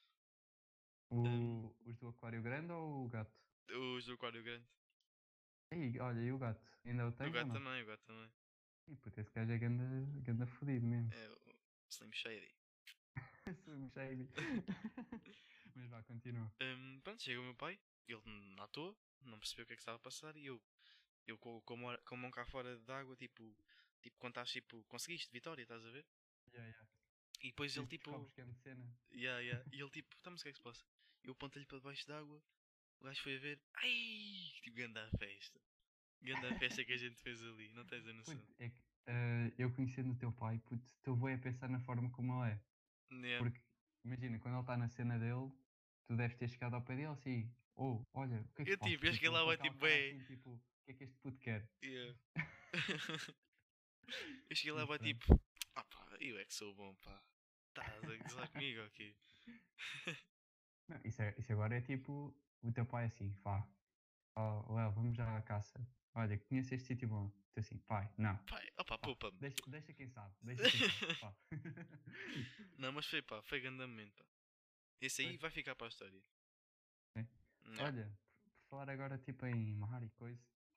Speaker 2: Hum,
Speaker 1: Os do aquário grande ou o gato?
Speaker 2: os do aquário grande.
Speaker 1: Ei, olha, e o gato? Ainda o
Speaker 2: O
Speaker 1: tens ou
Speaker 2: gato
Speaker 1: não?
Speaker 2: também, o gato também.
Speaker 1: Ih, puto, esse gajo é ganda, ganda fodido mesmo.
Speaker 2: É o Slim Shady.
Speaker 1: Sou shady. Mas vá, continua.
Speaker 2: Pronto, chega o meu pai, ele à toa, não percebeu o que é que estava a passar e eu com a mão cá fora d'água, tipo quando estás tipo, conseguiste, vitória, estás a ver?
Speaker 1: Yeah, yeah.
Speaker 2: E depois ele tipo,
Speaker 1: Descobres que é de cena.
Speaker 2: yeah, yeah. E ele tipo, então mas o que é que se passa? Eu aponto-lhe para debaixo d'água, o gajo foi a ver, ai, tipo, ganda festa. Ganda festa que a gente fez ali, não tens a
Speaker 1: Puto,
Speaker 2: noção.
Speaker 1: é que eu conhecendo o teu pai, puto, estou bem a pensar na forma como ele é.
Speaker 2: Yeah.
Speaker 1: Porque, imagina, quando ele está na cena dele, tu deves ter chegado ao pé dele assim, oh, olha, o que é que
Speaker 2: Eu
Speaker 1: se passa?
Speaker 2: tipo, eu cheguei
Speaker 1: Tipo,
Speaker 2: lá,
Speaker 1: com
Speaker 2: vai
Speaker 1: aquela
Speaker 2: tipo,
Speaker 1: cara
Speaker 2: é.
Speaker 1: assim, tipo, o que é que este puto quer?
Speaker 2: Yeah. Eu cheguei lá,
Speaker 1: Mas
Speaker 2: vai
Speaker 1: pronto.
Speaker 2: tipo, ah pá, eu é que sou bom, pá. Estás a gozar comigo aqui.
Speaker 1: Não, isso agora é tipo, o teu pai assim, vá, oh, Léo, vamos já à caça. Olha, conheço este sítio bom. Tu assim, pai, não,
Speaker 2: Pai, opá,
Speaker 1: pá,
Speaker 2: poupa-me.
Speaker 1: deixa quem sabe, deixa quem sabe, pá.
Speaker 2: Não, mas foi pá, foi grande momento, pá. Esse aí
Speaker 1: Pois,
Speaker 2: vai ficar para a história.
Speaker 1: é.
Speaker 2: Yeah.
Speaker 1: Olha, por falar agora tipo em mar e coisa,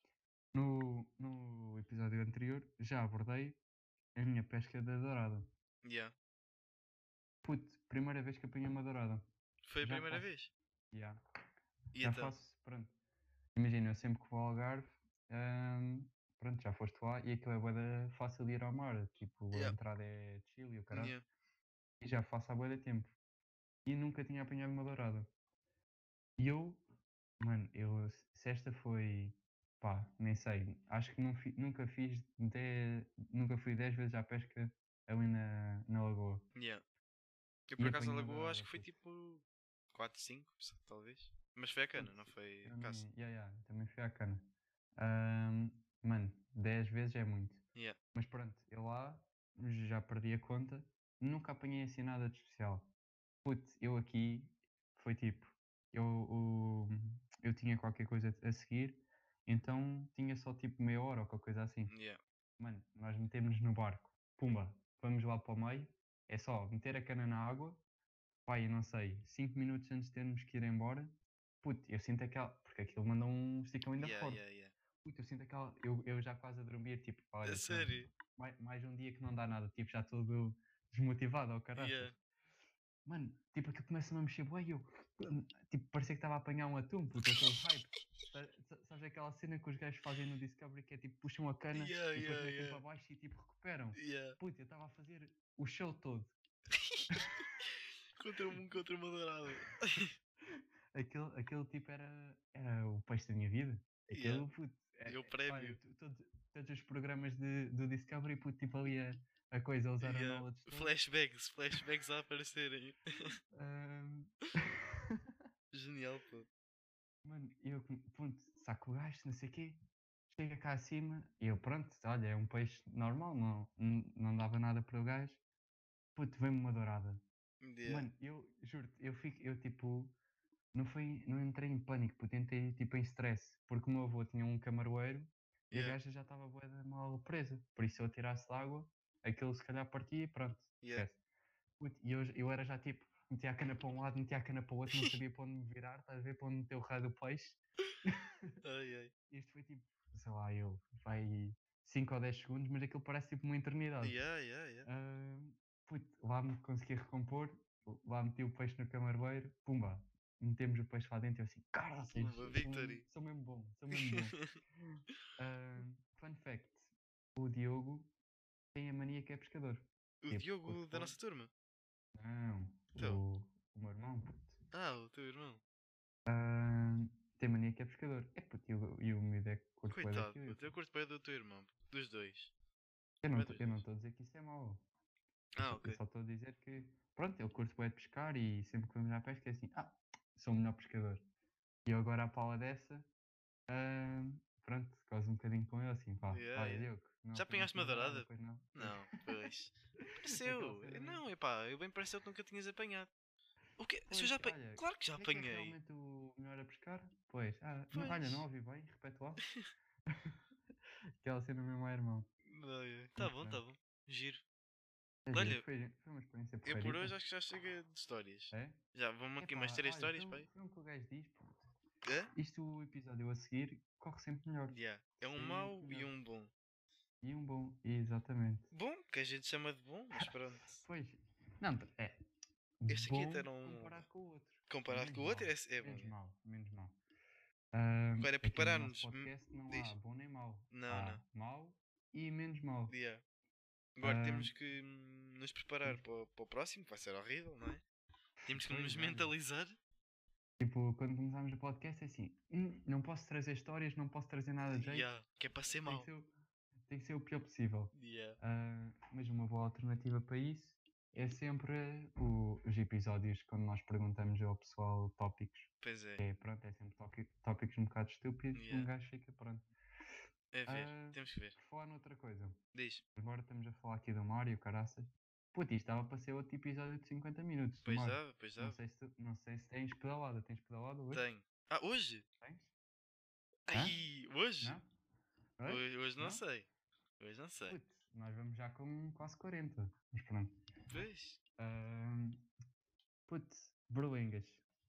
Speaker 1: no episódio anterior já abordei a minha pesca da dourada.
Speaker 2: Yeah.
Speaker 1: Puto, primeira vez que apanhei uma dourada.
Speaker 2: Foi a
Speaker 1: Já
Speaker 2: primeira
Speaker 1: faço,
Speaker 2: vez.
Speaker 1: já,
Speaker 2: E
Speaker 1: já
Speaker 2: então?
Speaker 1: faço, pronto. Imagina, eu sempre que vou ao Algarve, hum, pronto, já foste lá e aquilo é bué da fácil de ir ao mar. Tipo, a
Speaker 2: Yeah.
Speaker 1: entrada é chill e o caralho.
Speaker 2: Yeah.
Speaker 1: E já faço há bué de tempo. E nunca tinha apanhado uma dourada. E eu, mano, se esta foi, pá, nem sei, acho que nunca fiz, nunca fui 10 vezes à pesca ali na lagoa.
Speaker 2: Yeah. Eu
Speaker 1: E
Speaker 2: por acaso a
Speaker 1: apanhei uma
Speaker 2: Lagoa acho
Speaker 1: dourada,
Speaker 2: que foi
Speaker 1: puto.
Speaker 2: tipo 4 5 talvez. Mas foi a cana, não
Speaker 1: Putz,
Speaker 2: foi caça.
Speaker 1: também, também fui à cana. Ahm, mano, 10 vezes é muito.
Speaker 2: Yeah.
Speaker 1: Mas pronto, eu lá já perdi a conta, nunca apanhei assim nada de especial. Putz, eu aqui foi tipo, eu, o- eu tinha qualquer coisa a seguir, então tinha só tipo meia hora ou qualquer coisa assim.
Speaker 2: Yeah.
Speaker 1: Mano, nós metemos no barco, pumba, vamos lá para o meio, é só meter a cana na água, pá, eu não sei, 5 minutos antes de termos que ir embora, puto, eu sinto aquela, porque aquilo manda um esticão ainda
Speaker 2: Yeah,
Speaker 1: forte.
Speaker 2: yeah, yeah.
Speaker 1: Puto, eu sinto aquela, eu já quase a dormir, tipo,
Speaker 2: A
Speaker 1: olha, pronto,
Speaker 2: sério?
Speaker 1: mais um dia que não dá nada, tipo, já todo desmotivado ao
Speaker 2: Yeah.
Speaker 1: caraças. Mano, tipo, aquilo começa-me a mexer bué e eu, tipo, parecia que estava a apanhar um atum, puto, aquele hype. Sabes aquela cena que os gajos fazem no Discovery que é tipo, puxam a cana
Speaker 2: Yeah,
Speaker 1: e depois
Speaker 2: yeah,
Speaker 1: metem
Speaker 2: yeah.
Speaker 1: para baixo e tipo, recuperam.
Speaker 2: Yeah.
Speaker 1: Puto, eu estava a fazer o show todo.
Speaker 2: Contra uma dourada.
Speaker 1: Aquele tipo era o peixe da minha vida.
Speaker 2: Yeah.
Speaker 1: Aquele, puto,
Speaker 2: É o
Speaker 1: olha,
Speaker 2: prémio.
Speaker 1: todos os programas do Discovery, puto, tipo ali a coisa, a usar a
Speaker 2: Yeah.
Speaker 1: knowledge toda.
Speaker 2: Flashbacks a aparecerem.
Speaker 1: Ahm,
Speaker 2: Genial, pô.
Speaker 1: Mano, eu, pronto, saco o gajo, não sei o quê, chega cá acima, e eu, pronto, olha, é um peixe normal, não dava nada para o gajo, puto, vem-me uma dourada.
Speaker 2: Yeah.
Speaker 1: Mano, eu juro-te, eu tipo, não entrei em pânico, puto, entrei tipo em stress, porque o meu avô tinha um camaroeiro e a
Speaker 2: Yeah.
Speaker 1: gaja já estava bué da mal presa, por isso se eu tirasse de água, aquilo se calhar partia e pronto,
Speaker 2: Yeah.
Speaker 1: esquece. Puto, e eu era já tipo, metia a cana para um lado, metia a cana para o outro, não sabia para onde me virar, estás a ver, para onde meter o raio do peixe.
Speaker 2: Ai, ai.
Speaker 1: Isto foi tipo, sei lá, vai 5 ou 10 segundos, mas aquilo parece tipo uma eternidade.
Speaker 2: Yeah, yeah, yeah.
Speaker 1: Puto, lá me consegui recompor, lá meti o peixe no camaroeiro, pumba. metemos o peixe lá dentro e eu assim, caraças,
Speaker 2: Uma victory.
Speaker 1: sou mesmo bom, sou mesmo bom. Fun fact, o Diogo tem a mania que é pescador.
Speaker 2: O
Speaker 1: Tipo,
Speaker 2: Diogo
Speaker 1: curte
Speaker 2: da
Speaker 1: bué.
Speaker 2: nossa turma.
Speaker 1: Não,
Speaker 2: Então.
Speaker 1: o meu irmão, puto.
Speaker 2: O teu irmão.
Speaker 1: Ah, tem mania que é pescador. É puto, e o miúdo é que curte bué
Speaker 2: Coitado,
Speaker 1: daquilo.
Speaker 2: puto. Eu curto bem do teu irmão, puto. Dos dois.
Speaker 1: Eu
Speaker 2: Bem
Speaker 1: não
Speaker 2: dos
Speaker 1: eu não
Speaker 2: dois.
Speaker 1: estou a dizer que isso é mau. Eu
Speaker 2: Ok.
Speaker 1: só estou a dizer que, pronto, ele curte bué de pescar e sempre que vamos à pesca é assim, sou o melhor pescador. E eu agora à pala dessa, ah, pronto, gosto um bocadinho com ele assim, pá,
Speaker 2: Yeah,
Speaker 1: olha
Speaker 2: yeah.
Speaker 1: Diogo, não
Speaker 2: Já
Speaker 1: apanhaste
Speaker 2: apanhaste uma
Speaker 1: uma dourada,
Speaker 2: dourada?
Speaker 1: pois não?
Speaker 2: Não, pois.
Speaker 1: Aquela
Speaker 2: Pareceu.
Speaker 1: cena mesmo.
Speaker 2: Não, epá, eu bem pareceu que nunca tinhas apanhado. O quê? Se eu
Speaker 1: Pois,
Speaker 2: já apanhei.
Speaker 1: olha,
Speaker 2: Claro que já
Speaker 1: quem é que é
Speaker 2: apanhei.
Speaker 1: realmente o melhor a pescar? Pois, olha, não
Speaker 2: Pois.
Speaker 1: ouvi bem, repete lá. Aquela cena mesmo ao irmão.
Speaker 2: Tá
Speaker 1: Mas
Speaker 2: bom, tá
Speaker 1: pronto.
Speaker 2: bom. Giro.
Speaker 1: É giro,
Speaker 2: Olha,
Speaker 1: foi uma experiência
Speaker 2: eu por
Speaker 1: porreirita.
Speaker 2: hoje acho que já chega de histórias.
Speaker 1: É?
Speaker 2: Já, vamos aqui mais
Speaker 1: Epá,
Speaker 2: 3
Speaker 1: olha,
Speaker 2: histórias, pai.
Speaker 1: foi um que o gajo diz, pô.
Speaker 2: Hã?
Speaker 1: Isto, o episódio a seguir, corre sempre melhor.
Speaker 2: Yeah. É um
Speaker 1: Sempre
Speaker 2: mau e
Speaker 1: melhor.
Speaker 2: um bom.
Speaker 1: E um bom, exatamente.
Speaker 2: Bom, que a gente chama de bom, mas pronto.
Speaker 1: Pois, não, é
Speaker 2: Este aqui até
Speaker 1: bom
Speaker 2: não.
Speaker 1: comparado com o outro.
Speaker 2: Comparado
Speaker 1: Menos
Speaker 2: com o outro,
Speaker 1: mal,
Speaker 2: é bom.
Speaker 1: menos
Speaker 2: É.
Speaker 1: mal, menos mal.
Speaker 2: Agora é
Speaker 1: Aqui no nosso
Speaker 2: preparar-nos.
Speaker 1: podcast não há
Speaker 2: Diz.
Speaker 1: bom nem mau.
Speaker 2: Não,
Speaker 1: Há
Speaker 2: não.
Speaker 1: mau e menos mau.
Speaker 2: Yeah. Agora
Speaker 1: Ahm,
Speaker 2: temos que nos preparar
Speaker 1: Temos-
Speaker 2: para o próximo, que vai ser horrível, não é? Temos que nos
Speaker 1: pois, olha.
Speaker 2: mentalizar.
Speaker 1: Tipo, quando começámos o podcast é assim, não posso trazer histórias, não posso trazer nada de jeito,
Speaker 2: Yeah. Que é para ser
Speaker 1: tem que
Speaker 2: mau.
Speaker 1: ser, tem que ser o pior possível.
Speaker 2: Yeah.
Speaker 1: Mas uma boa alternativa para isso é sempre os episódios quando nós perguntamos ao pessoal tópicos.
Speaker 2: Pois é.
Speaker 1: Pronto, é sempre tópicos um bocado estúpidos e um
Speaker 2: Yeah.
Speaker 1: gajo fica pronto.
Speaker 2: É ver.
Speaker 1: Ah,
Speaker 2: Temos que ver.
Speaker 1: por falar noutra coisa,
Speaker 2: Diz.
Speaker 1: agora estamos a falar aqui do Mario, caraças. Puto, isto estava para ser outro episódio de 50 minutos do
Speaker 2: Pois
Speaker 1: Mario.
Speaker 2: dá, pois
Speaker 1: Não
Speaker 2: dá.
Speaker 1: sei se, não sei se tens pedalada. Tens pedalada hoje?
Speaker 2: Tenho. Hoje?
Speaker 1: Tens? Hã?
Speaker 2: Ai, hoje?
Speaker 1: Não? Oi?
Speaker 2: Hoje não
Speaker 1: Não?
Speaker 2: sei. Hoje não sei.
Speaker 1: Putz, nós vamos já com quase 40. Mas pronto.
Speaker 2: Pois.
Speaker 1: Ahm, Putz, berlingas.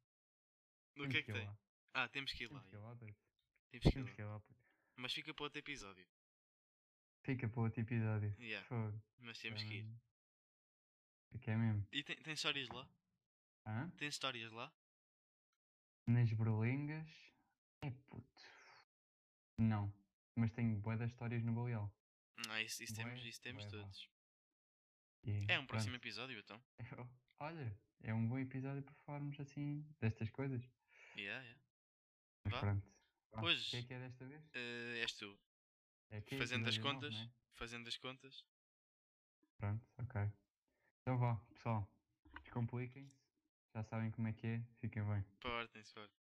Speaker 2: O que
Speaker 1: Temos
Speaker 2: é que
Speaker 1: que ir
Speaker 2: tem?
Speaker 1: lá.
Speaker 2: Temos que ir lá.
Speaker 1: Temos que ir lá, doido.
Speaker 2: Temos que ir
Speaker 1: Temos
Speaker 2: lá.
Speaker 1: que ir lá, puto.
Speaker 2: Mas fica para outro episódio.
Speaker 1: Fica para outro episódio.
Speaker 2: Yeah.
Speaker 1: Fogo.
Speaker 2: Mas temos que ir.
Speaker 1: Fica mesmo.
Speaker 2: E tem histórias lá?
Speaker 1: Hã?
Speaker 2: Tem histórias lá?
Speaker 1: Nas berlingas. É puto. Não. Mas tenho bué das histórias no Baleal.
Speaker 2: Isso temos
Speaker 1: Bué lá.
Speaker 2: todos.
Speaker 1: E
Speaker 2: É um
Speaker 1: pronto.
Speaker 2: próximo episódio então.
Speaker 1: Olha, é um bom episódio para falarmos assim destas coisas.
Speaker 2: Yeah, yeah.
Speaker 1: Mas
Speaker 2: Vá.
Speaker 1: pronto. Vá. O
Speaker 2: Hoje
Speaker 1: que é desta vez?
Speaker 2: és tu.
Speaker 1: É aqui,
Speaker 2: Fazendo as
Speaker 1: episódio 9,
Speaker 2: contas.
Speaker 1: não é?
Speaker 2: Fazendo as contas.
Speaker 1: Pronto, ok. Então vá, pessoal. Descompliquem-se. Já sabem como é que é. Fiquem bem.
Speaker 2: Portem-se,